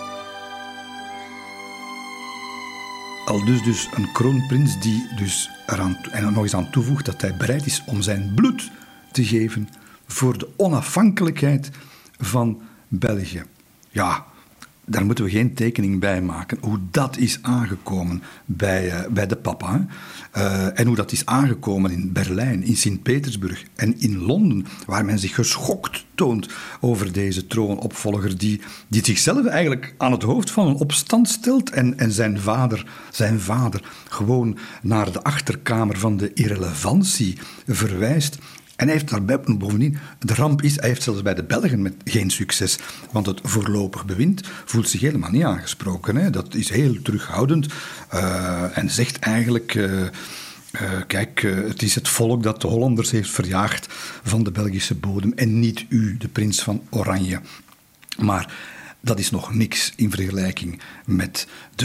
Aldus dus een kroonprins die dus er nog eens aan toevoegt dat hij bereid is om zijn bloed te geven voor de onafhankelijkheid van België. Ja, daar moeten we geen tekening bij maken. Hoe dat is aangekomen bij de papa. En hoe dat is aangekomen in Berlijn, in Sint-Petersburg en in Londen, waar men zich geschokt toont over deze troonopvolger die zichzelf eigenlijk aan het hoofd van een opstand stelt en zijn vader gewoon naar de achterkamer van de irrelevantie verwijst. En hij heeft daarbij bovendien, de ramp is, hij heeft zelfs bij de Belgen geen succes. Want het voorlopig bewind voelt zich helemaal niet aangesproken. Hè. Dat is heel terughoudend en zegt eigenlijk, kijk, het is het volk dat de Hollanders heeft verjaagd van de Belgische bodem en niet u, de prins van Oranje. Maar dat is nog niks in vergelijking met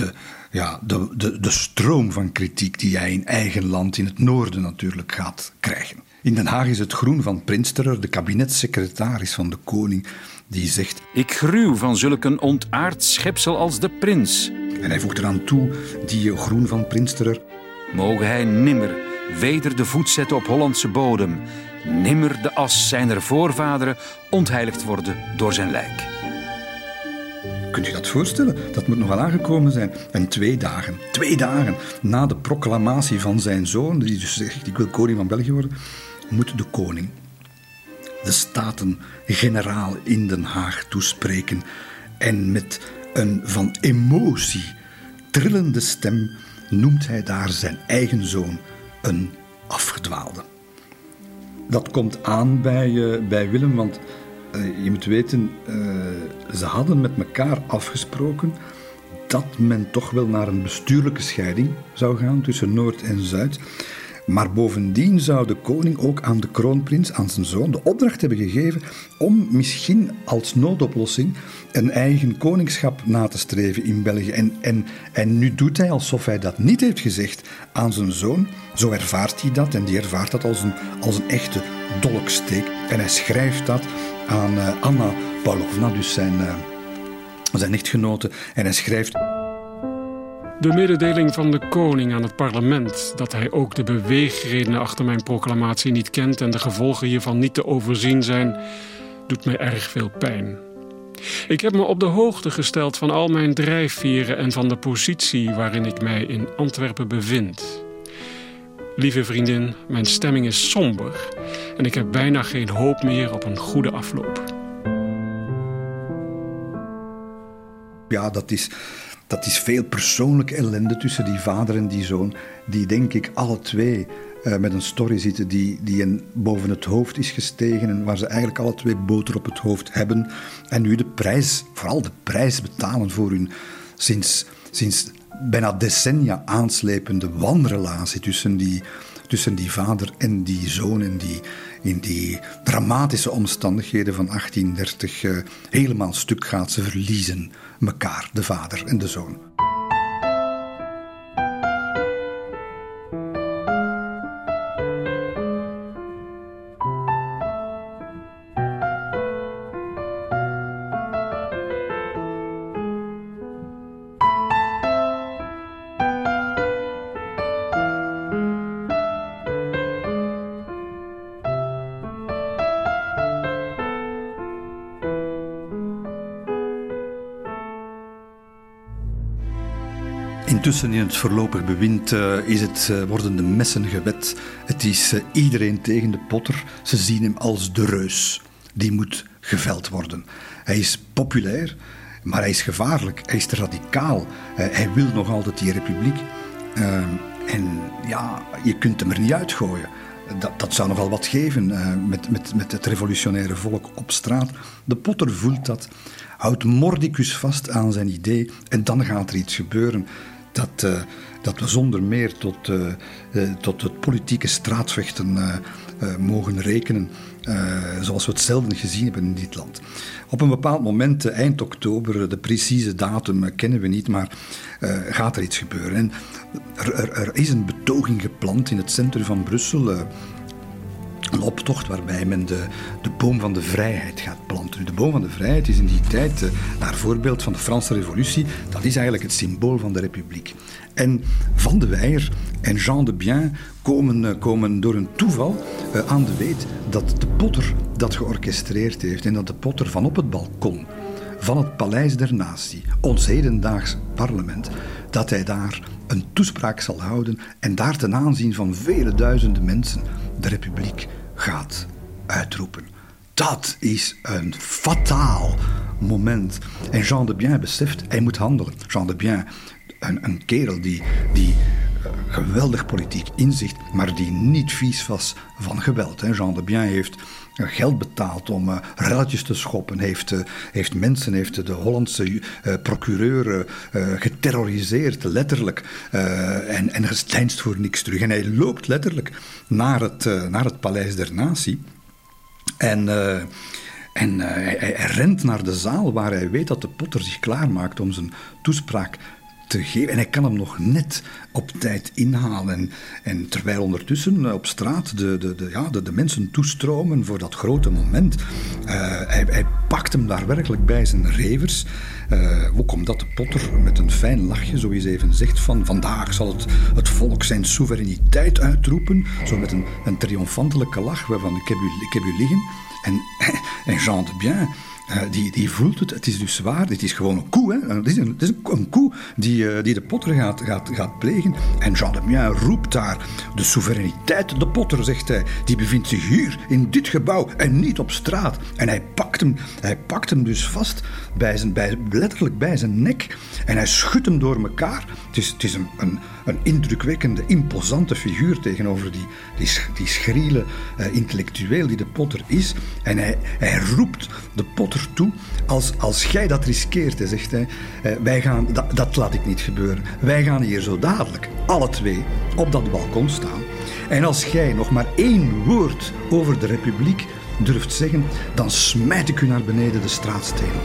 de stroom van kritiek die hij in eigen land, in het noorden natuurlijk, gaat krijgen. In Den Haag is het groen van Prinsterer, de kabinetssecretaris van de koning, die zegt: Ik gruw van zulk een ontaard schepsel als de prins. En hij voegt eraan toe, die groen van Prinsterer: Mogen hij nimmer weder de voet zetten op Hollandse bodem, nimmer de as zijner voorvaderen ontheiligd worden door zijn lijk. Kunt u dat voorstellen? Dat moet nog wel aangekomen zijn. En 2 dagen na de proclamatie van zijn zoon, die dus zegt: ik wil koning van België worden, moet de koning de Staten-Generaal in Den Haag toespreken en met een van emotie trillende stem noemt hij daar zijn eigen zoon een afgedwaalde. Dat komt aan bij Willem, want je moet weten, ze hadden met elkaar afgesproken dat men toch wel naar een bestuurlijke scheiding zou gaan tussen Noord en Zuid. Maar bovendien zou de koning ook aan de kroonprins, aan zijn zoon, de opdracht hebben gegeven om misschien als noodoplossing een eigen koningschap na te streven in België. En nu doet hij alsof hij dat niet heeft gezegd aan zijn zoon. Zo ervaart hij dat en die ervaart dat als een echte dolksteek. En hij schrijft dat aan Anna Pavlovna, dus zijn echtgenote. En hij schrijft: De mededeling van de koning aan het parlement dat hij ook de beweegredenen achter mijn proclamatie niet kent en de gevolgen hiervan niet te overzien zijn, doet mij erg veel pijn. Ik heb me op de hoogte gesteld van al mijn drijfveren en van de positie waarin ik mij in Antwerpen bevind. Lieve vriendin, mijn stemming is somber en ik heb bijna geen hoop meer op een goede afloop. Ja, dat is veel persoonlijke ellende tussen die vader en die zoon, die denk ik alle twee met een story zitten die hen boven het hoofd is gestegen en waar ze eigenlijk alle twee boter op het hoofd hebben en nu vooral de prijs betalen voor hun sinds bijna decennia aanslepende wanrelatie tussen die vader en die zoon en die in die dramatische omstandigheden van 1830 helemaal stuk gaat. Ze verliezen elkaar, de vader en de zoon. Intussen in het voorlopig bewind worden de messen gewet. Het is iedereen tegen de potter. Ze zien hem als de reus. Die moet geveld worden. Hij is populair, maar hij is gevaarlijk. Hij is te radicaal. Hij wil nog altijd die republiek. En ja, je kunt hem er niet uitgooien. Dat zou nogal wat geven met het revolutionaire volk op straat. De Potter voelt dat, houdt mordicus vast aan zijn idee en dan gaat er iets gebeuren dat we zonder meer tot het politieke straatvechten mogen rekenen, zoals we het zelden gezien hebben in dit land. Op een bepaald moment, eind oktober, de precieze datum kennen we niet, maar gaat er iets gebeuren. En er is een betoging gepland in het centrum van Brussel, een optocht waarbij men de boom van de vrijheid gaat planten. De boom van de vrijheid is in die tijd, naar voorbeeld van de Franse Revolutie, dat is eigenlijk het symbool van de Republiek. En Van de Weyer en Jean de Bien komen door een toeval aan de weet dat de Potter dat georchestreerd heeft en dat de Potter van op het balkon van het Paleis der Natie, ons hedendaags parlement, dat hij daar een toespraak zal houden en daar ten aanzien van vele duizenden mensen de Republiek gaat uitroepen. Dat is een fataal moment. En Jean de Bien beseft, hij moet handelen. Jean de Bien, een kerel die geweldig politiek inzicht, maar die niet vies was van geweld. Jean de Bien heeft geld betaald om relletjes te schoppen, heeft de Hollandse procureur geterroriseerd, letterlijk, en gesteinst voor niks terug. En hij loopt letterlijk naar het Paleis der Natie en hij rent naar de zaal waar hij weet dat de Potter zich klaarmaakt om zijn toespraak te geven. En hij kan hem nog net op tijd inhalen. En terwijl ondertussen op straat de mensen toestromen voor dat grote moment. Hij pakt hem daar werkelijk bij zijn revers. Ook omdat de Potter met een fijn lachje zo eens even zegt van vandaag zal het volk zijn soevereiniteit uitroepen. Zo met een triomfantelijke lach waarvan ik heb u liggen. En Jean de Bien, die voelt het. Het is dus waar. Het is gewoon een koe. Hè? Het is een koe die de Potter gaat plegen. En Jean de Bien roept daar de soevereiniteit. De Potter, zegt hij, die bevindt zich hier in dit gebouw en niet op straat. En hij pakt hem dus vast letterlijk bij zijn nek. En hij schudt hem door elkaar. Het is een indrukwekkende, imposante figuur tegenover die schriele intellectueel die de Potter is. En hij roept de Potter toe, als jij dat riskeert, zegt hij, dat laat ik niet gebeuren. Wij gaan hier zo dadelijk, alle twee, op dat balkon staan. En als jij nog maar 1 woord over de Republiek durft zeggen, dan smijt ik u naar beneden de straatstenen.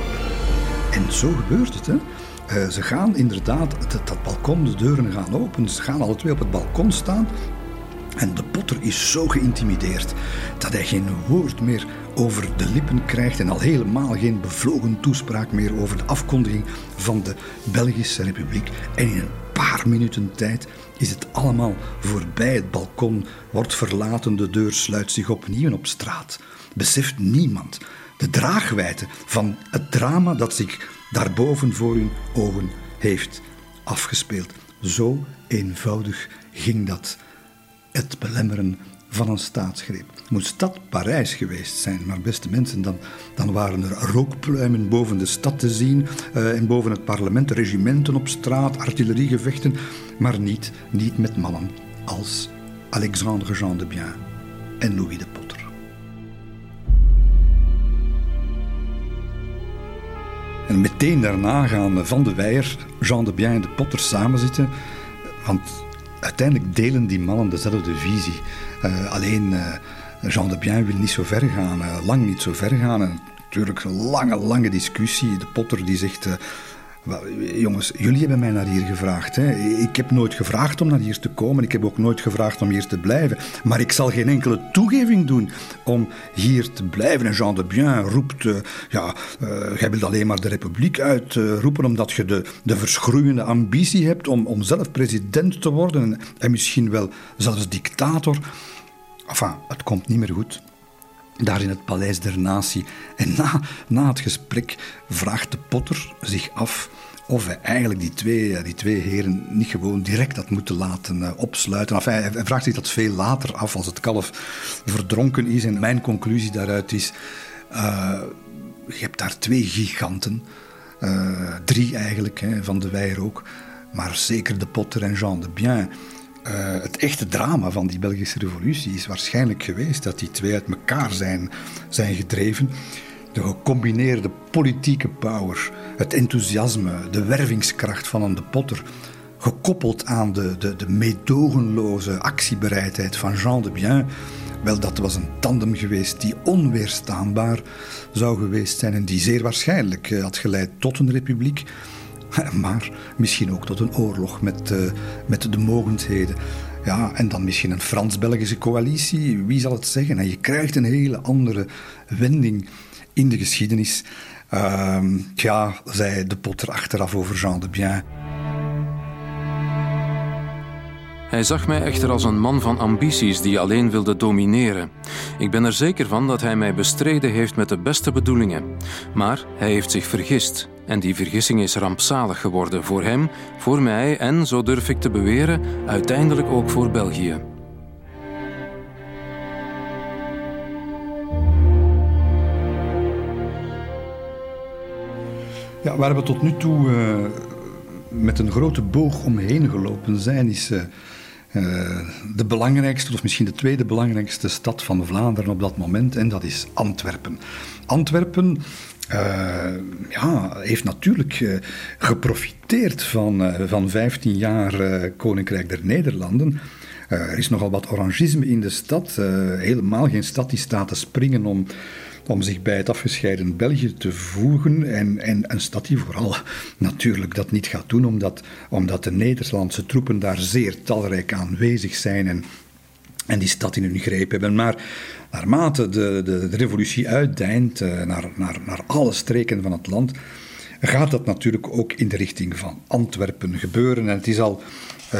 En zo gebeurt het, hè. Ze gaan inderdaad, dat balkon, de deuren gaan open, ze gaan alle twee op het balkon staan. En de Potter is zo geïntimideerd dat hij geen woord meer over de lippen krijgt en al helemaal geen bevlogen toespraak meer over de afkondiging van de Belgische Republiek. En in een paar minuten tijd is het allemaal voorbij. Het balkon wordt verlaten, de deur sluit zich opnieuw op straat. Beseft niemand de draagwijdte van het drama dat zich daarboven voor hun ogen heeft afgespeeld. Zo eenvoudig ging dat. Het belemmeren van een staatsgreep. Moest dat Parijs geweest zijn, maar beste mensen, dan waren er rookpluimen boven de stad te zien en boven het parlement, regimenten op straat, artilleriegevechten, maar niet met mannen als Alexandre Jean de Bien en Louis de Potter. En meteen daarna gaan Van de Weyer, Jean de Bien en de Potter samenzitten, want uiteindelijk delen die mannen dezelfde visie. Alleen Jean de Bien wil niet zo ver gaan, lang niet zo ver gaan. En natuurlijk een lange discussie. De Potter die zegt, jongens, jullie hebben mij naar hier gevraagd. Hè. Ik heb nooit gevraagd om naar hier te komen. Ik heb ook nooit gevraagd om hier te blijven. Maar ik zal geen enkele toegeving doen om hier te blijven. En Jean de Bien roept, jij wilt alleen maar de Republiek uitroepen omdat je de verschroeiende ambitie hebt om zelf president te worden en misschien wel zelfs dictator. Enfin, het komt niet meer goed. Daar in het Paleis der Natie. En na het gesprek vraagt de Potter zich af of hij eigenlijk die twee heren niet gewoon direct had moeten laten opsluiten. Enfin, hij vraagt zich dat veel later af, als het kalf verdronken is. En mijn conclusie daaruit is, je hebt daar 2 giganten. 3 eigenlijk, Van de Weyer ook. Maar zeker de Potter en Jean de Bien. Het echte drama van die Belgische revolutie is waarschijnlijk geweest dat die twee uit elkaar zijn gedreven. De gecombineerde politieke power, het enthousiasme, de wervingskracht van een De Potter, gekoppeld aan de meedogenloze actiebereidheid van Jean de Bien. Wel, dat was een tandem geweest die onweerstaanbaar zou geweest zijn en die zeer waarschijnlijk had geleid tot een republiek, maar misschien ook tot een oorlog met de mogendheden. Ja, en dan misschien een Frans-Belgische coalitie, wie zal het zeggen? En je krijgt een hele andere wending in de geschiedenis. Zei De Potter achteraf over Jean de Bien. Hij zag mij echter als een man van ambities die alleen wilde domineren. Ik ben er zeker van dat hij mij bestreden heeft met de beste bedoelingen. Maar hij heeft zich vergist. En die vergissing is rampzalig geworden voor hem, voor mij en, zo durf ik te beweren, uiteindelijk ook voor België. Ja, waar we tot nu toe met een grote boog omheen gelopen zijn, is de belangrijkste, of misschien de tweede belangrijkste stad van Vlaanderen op dat moment, en dat is Antwerpen. Antwerpen heeft natuurlijk geprofiteerd van 15 jaar Koninkrijk der Nederlanden. Er is nogal wat orangisme in de stad. Helemaal geen stad die staat te springen om zich bij het afgescheiden België te voegen. En een stad die vooral natuurlijk dat niet gaat doen, omdat de Nederlandse troepen daar zeer talrijk aanwezig zijn en die stad in hun greep hebben. Maar naarmate de revolutie uitdijnt naar alle streken van het land, gaat dat natuurlijk ook in de richting van Antwerpen gebeuren. En het is al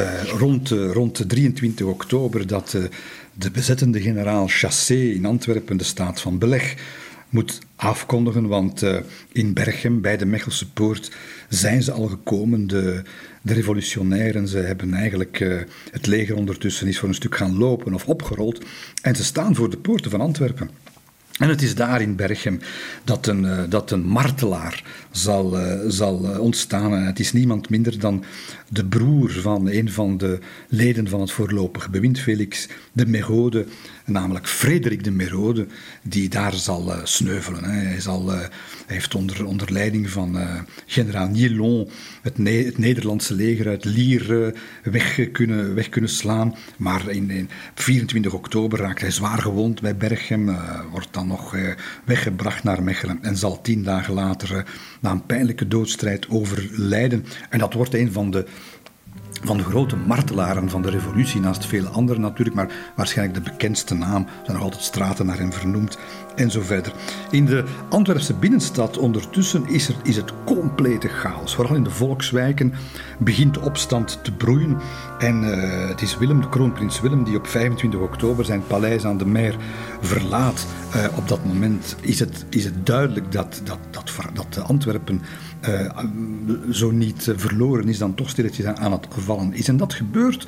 rond 23 oktober dat de bezettende generaal Chassé in Antwerpen de staat van beleg moet afkondigen, want in Berchem, bij de Mechelse Poort, zijn ze al gekomen, de revolutionairen. Ze hebben eigenlijk, het leger ondertussen is voor een stuk gaan lopen of opgerold, en ze staan voor de poorten van Antwerpen. En het is daar in Berchem dat een martelaar zal ontstaan. En het is niemand minder dan de broer van een van de leden van het voorlopig bewind, Felix de Merode, namelijk Frederik de Merode, die daar zal sneuvelen. Hij heeft onder leiding van generaal Niellon het Nederlandse leger uit Lier weg kunnen slaan. Maar in 24 oktober raakt hij zwaar gewond bij Berchem, wordt dan nog weggebracht naar Mechelen en zal 10 dagen later na een pijnlijke doodstrijd overlijden. En dat wordt een van de grote martelaren van de revolutie, naast vele anderen natuurlijk, maar waarschijnlijk de bekendste naam. Er zijn nog altijd straten naar hem vernoemd en zo verder. In de Antwerpse binnenstad ondertussen is het complete chaos. Vooral in de volkswijken begint de opstand te broeien. En het is de kroonprins Willem, die op 25 oktober zijn paleis aan de Meer verlaat. Op dat moment is het duidelijk dat Antwerpen zo niet verloren is, dan toch stilletjes aan het vallen is. En dat gebeurt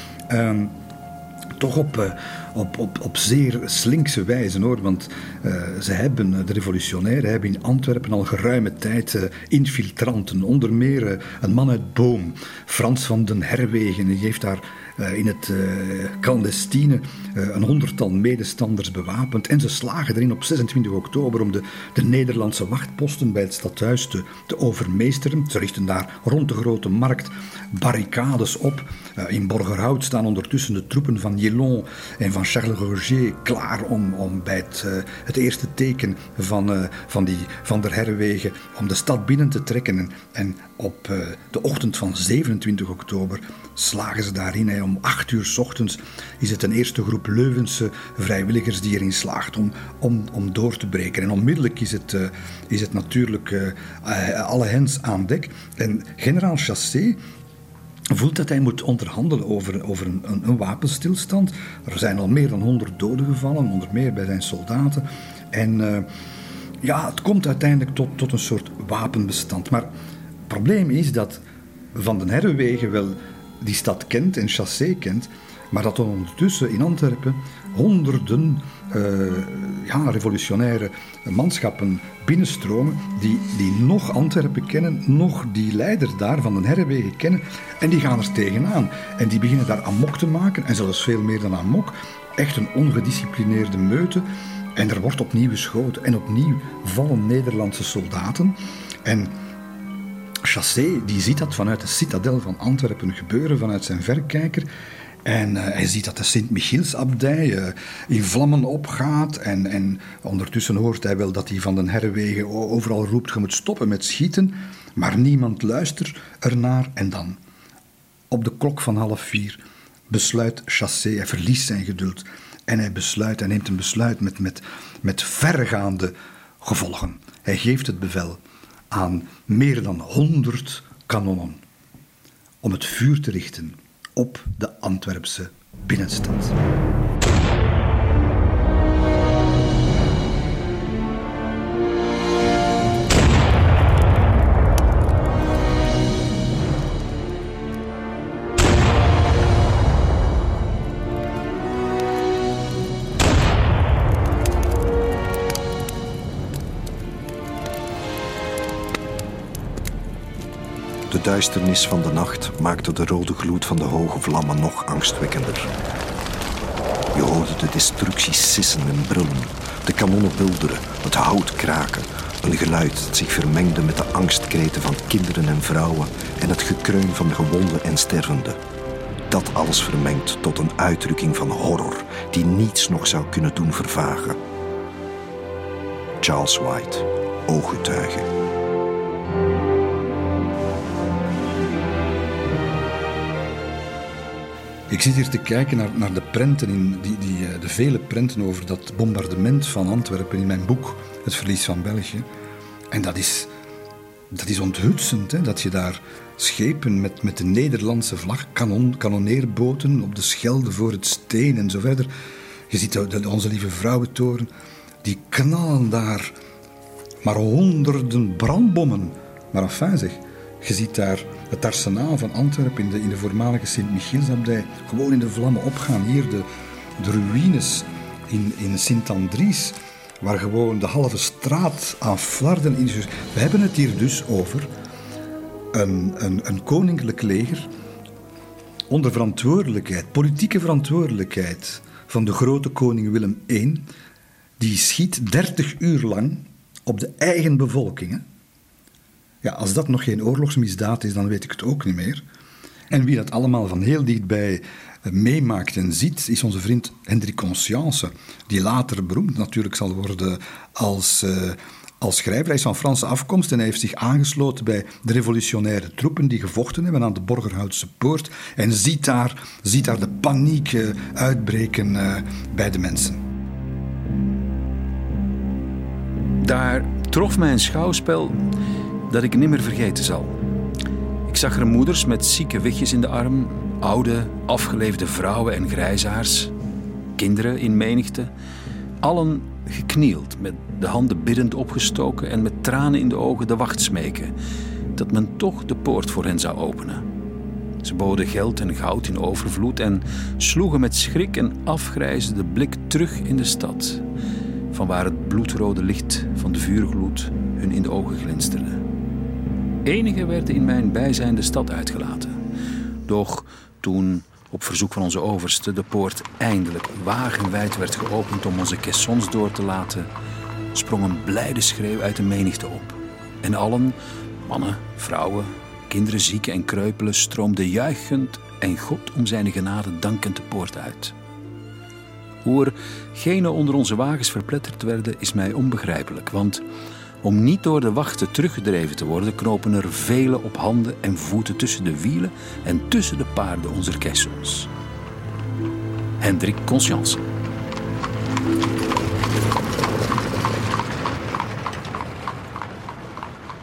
toch op zeer slinkse wijze, hoor. Want de revolutionairen hebben in Antwerpen al geruime tijd infiltranten. Onder meer een man uit Boom, Frans van den Herwegen. Die heeft daar in het clandestine een 100-tal medestanders bewapend. En ze slagen erin op 26 oktober om de Nederlandse wachtposten bij het stadhuis te overmeesteren. Ze richten daar rond de Grote Markt barricades op. In Borgerhout staan ondertussen de troepen van Niellon en van Charles Roger klaar om bij het eerste teken van der Herwegen om de stad binnen te trekken. En op de ochtend van 27 oktober slagen ze daarin. Om 8 uur 's ochtends is het een eerste groep Leuvense vrijwilligers die erin slaagt om door te breken. En onmiddellijk is het natuurlijk alle hens aan dek. En generaal Chassé voelt dat hij moet onderhandelen over een wapenstilstand. Er zijn al meer dan 100 doden gevallen, onder meer bij zijn soldaten. En het komt uiteindelijk tot een soort wapenbestand. Maar het probleem is dat Van den Herwegen wel die stad kent en Chassé kent, Maar dat ondertussen in Antwerpen honderden revolutionaire manschappen binnenstromen die nog Antwerpen kennen, nog die leider daar van de Herrewegen kennen. En die gaan er tegenaan. En die beginnen daar amok te maken, en zelfs veel meer dan amok. Echt een ongedisciplineerde meute. En er wordt opnieuw geschoten. En opnieuw vallen Nederlandse soldaten. En Chassé, die ziet dat vanuit de citadel van Antwerpen gebeuren, vanuit zijn verrekijker. En hij ziet dat de Sint-Michielsabdij in vlammen opgaat. En ondertussen hoort hij wel dat hij van de Herrewegen overal roept: je moet stoppen met schieten. Maar niemand luistert ernaar. En dan, op de klok van 3:30, besluit Chassé, hij verliest zijn geduld. En hij neemt een besluit met verregaande gevolgen. Hij geeft het bevel aan meer dan 100 kanonnen om het vuur te richten op de Antwerpse binnenstad. De duisternis van de nacht maakte de rode gloed van de hoge vlammen nog angstwekkender. Je hoorde de destructie sissen en brullen, de kanonnen bulderen, het hout kraken. Een geluid dat zich vermengde met de angstkreten van kinderen en vrouwen en het gekreun van gewonden en stervenden. Dat alles vermengd tot een uitdrukking van horror die niets nog zou kunnen doen vervagen. Charles White, ooggetuige. Ik zit hier te kijken naar de prenten, de vele prenten over dat bombardement van Antwerpen in mijn boek Het Verlies van België. En dat is onthutsend, hè? Dat je daar schepen met de Nederlandse vlag, kanonneerboten op de Schelde voor het Steen en zo verder. Je ziet onze Lieve Vrouwentoren, die knallen daar maar honderden brandbommen. Maar enfin zeg, je ziet daar het arsenaal van Antwerpen in de voormalige Sint-Michielsabdij gewoon in de vlammen opgaan. Hier de ruïnes in Sint-Andries, waar gewoon de halve straat aan flarden is. We hebben het hier dus over een koninklijk leger onder verantwoordelijkheid, politieke verantwoordelijkheid van de grote koning Willem I, die schiet 30 uur lang op de eigen bevolking, hè? Ja, als dat nog geen oorlogsmisdaad is, dan weet ik het ook niet meer. En wie dat allemaal van heel dichtbij meemaakt en ziet, is onze vriend Hendrik Conscience, die later beroemd natuurlijk zal worden als schrijver. Hij is van Franse afkomst en hij heeft zich aangesloten bij de revolutionaire troepen die gevochten hebben aan de Borgerhoutse Poort en ziet daar de paniek uitbreken bij de mensen. Daar trof mij een schouwspel dat ik nimmer vergeten zal. Ik zag er moeders met zieke wichtjes in de arm, oude, afgeleefde vrouwen en grijsaars, kinderen in menigte, allen geknield, met de handen biddend opgestoken en met tranen in de ogen de wacht smeken, dat men toch de poort voor hen zou openen. Ze boden geld en goud in overvloed en sloegen met schrik en afgrijzen de blik terug in de stad, vanwaar het bloedrode licht van de vuurgloed hun in de ogen glinsterde. Enigen werden in mijn bijzijn de stad uitgelaten. Doch toen, op verzoek van onze overste, de poort eindelijk wagenwijd werd geopend om onze caissons door te laten, sprong een blijde schreeuw uit de menigte op. En allen, mannen, vrouwen, kinderen, zieken en kreupelen, stroomden juichend en God om zijn genade dankend de poort uit. Hoe er genen onder onze wagens verpletterd werden, is mij onbegrijpelijk, want om niet door de wachten teruggedreven te worden, knopen er velen op handen en voeten tussen de wielen en tussen de paarden onze caissons. Hendrik Conscience.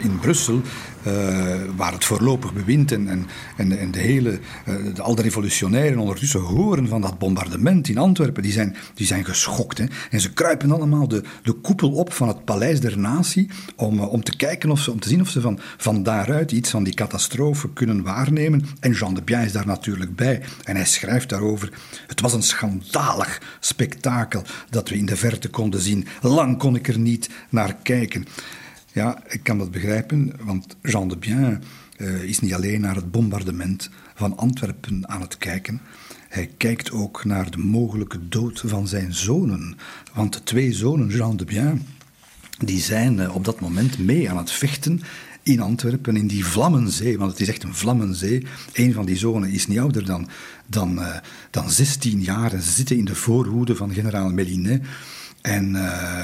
in Brussel, waar het voorlopig bewind en al de revolutionairen ondertussen horen van dat bombardement in Antwerpen, die zijn geschokt. Hè. En ze kruipen allemaal de koepel op van het Paleis der Natie om te kijken om te zien of ze van daaruit iets van die catastrofe kunnen waarnemen. En Jean de Bien is daar natuurlijk bij. En hij schrijft daarover: het was een schandalig spektakel dat we in de verte konden zien. Lang kon ik er niet naar kijken. Ja, ik kan dat begrijpen, want Jean de Bien is niet alleen naar het bombardement van Antwerpen aan het kijken. Hij kijkt ook naar de mogelijke dood van zijn zonen. Want de 2 zonen, Jean de Bien, die zijn op dat moment mee aan het vechten in Antwerpen, in die Vlammenzee. Want het is echt een Vlammenzee. Een van die zonen is niet ouder dan 16 jaar. En ze zitten in de voorhoede van generaal Mélinet. En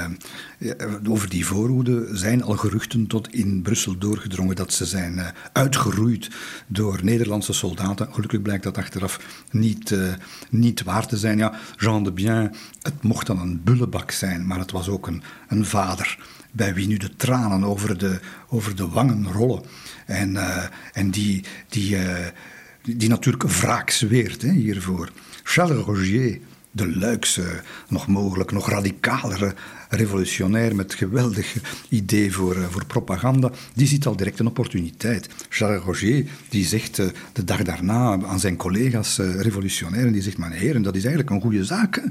over die voorhoede zijn al geruchten tot in Brussel doorgedrongen dat ze zijn uitgeroeid door Nederlandse soldaten. Gelukkig blijkt dat achteraf niet waar te zijn. Ja, Jean de Bien, het mocht dan een bullebak zijn, maar het was ook een vader bij wie nu de tranen over de wangen rollen. En die natuurlijk wraak zweert hiervoor. Charles Rogier, de Luikse, nog radicalere revolutionair met geweldig idee voor propaganda, die ziet al direct een opportuniteit. Charles Rogier, die zegt de dag daarna aan zijn collega's revolutionairen, die zegt: mijn heren, dat is eigenlijk een goede zaak.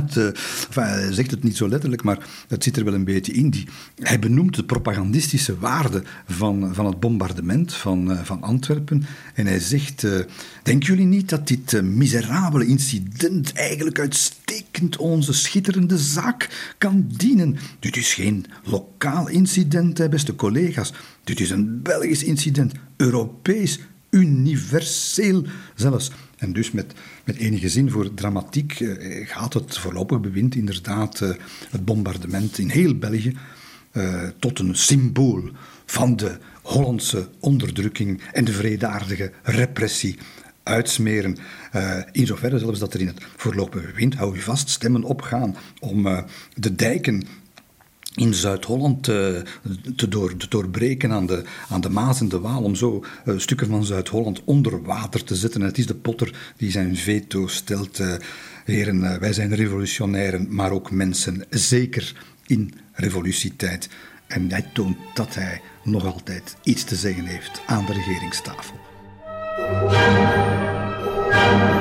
Hij zegt het niet zo letterlijk, maar het zit er wel een beetje in. Hij benoemt de propagandistische waarde van het bombardement van Antwerpen. En hij zegt: denken jullie niet dat dit miserabele incident eigenlijk uitstekend onze schitterende zaak kan dienen? Dit is geen lokaal incident, beste collega's. Dit is een Belgisch incident, Europees, universeel zelfs. En dus met enige zin voor dramatiek gaat het voorlopig bewind inderdaad het bombardement in heel België tot een symbool van de Hollandse onderdrukking en de wreedaardige repressie uitsmeren. In zoverre zelfs dat er in het voorlopige bewind, hou je vast, stemmen opgaan om de dijken in Zuid-Holland te doorbreken aan de Maas en de Waal, om zo stukken van Zuid-Holland onder water te zetten. En het is de Potter die zijn veto stelt. Heren, wij zijn revolutionairen, maar ook mensen, zeker in revolutietijd. En hij toont dat hij nog altijd iets te zeggen heeft aan de regeringstafel.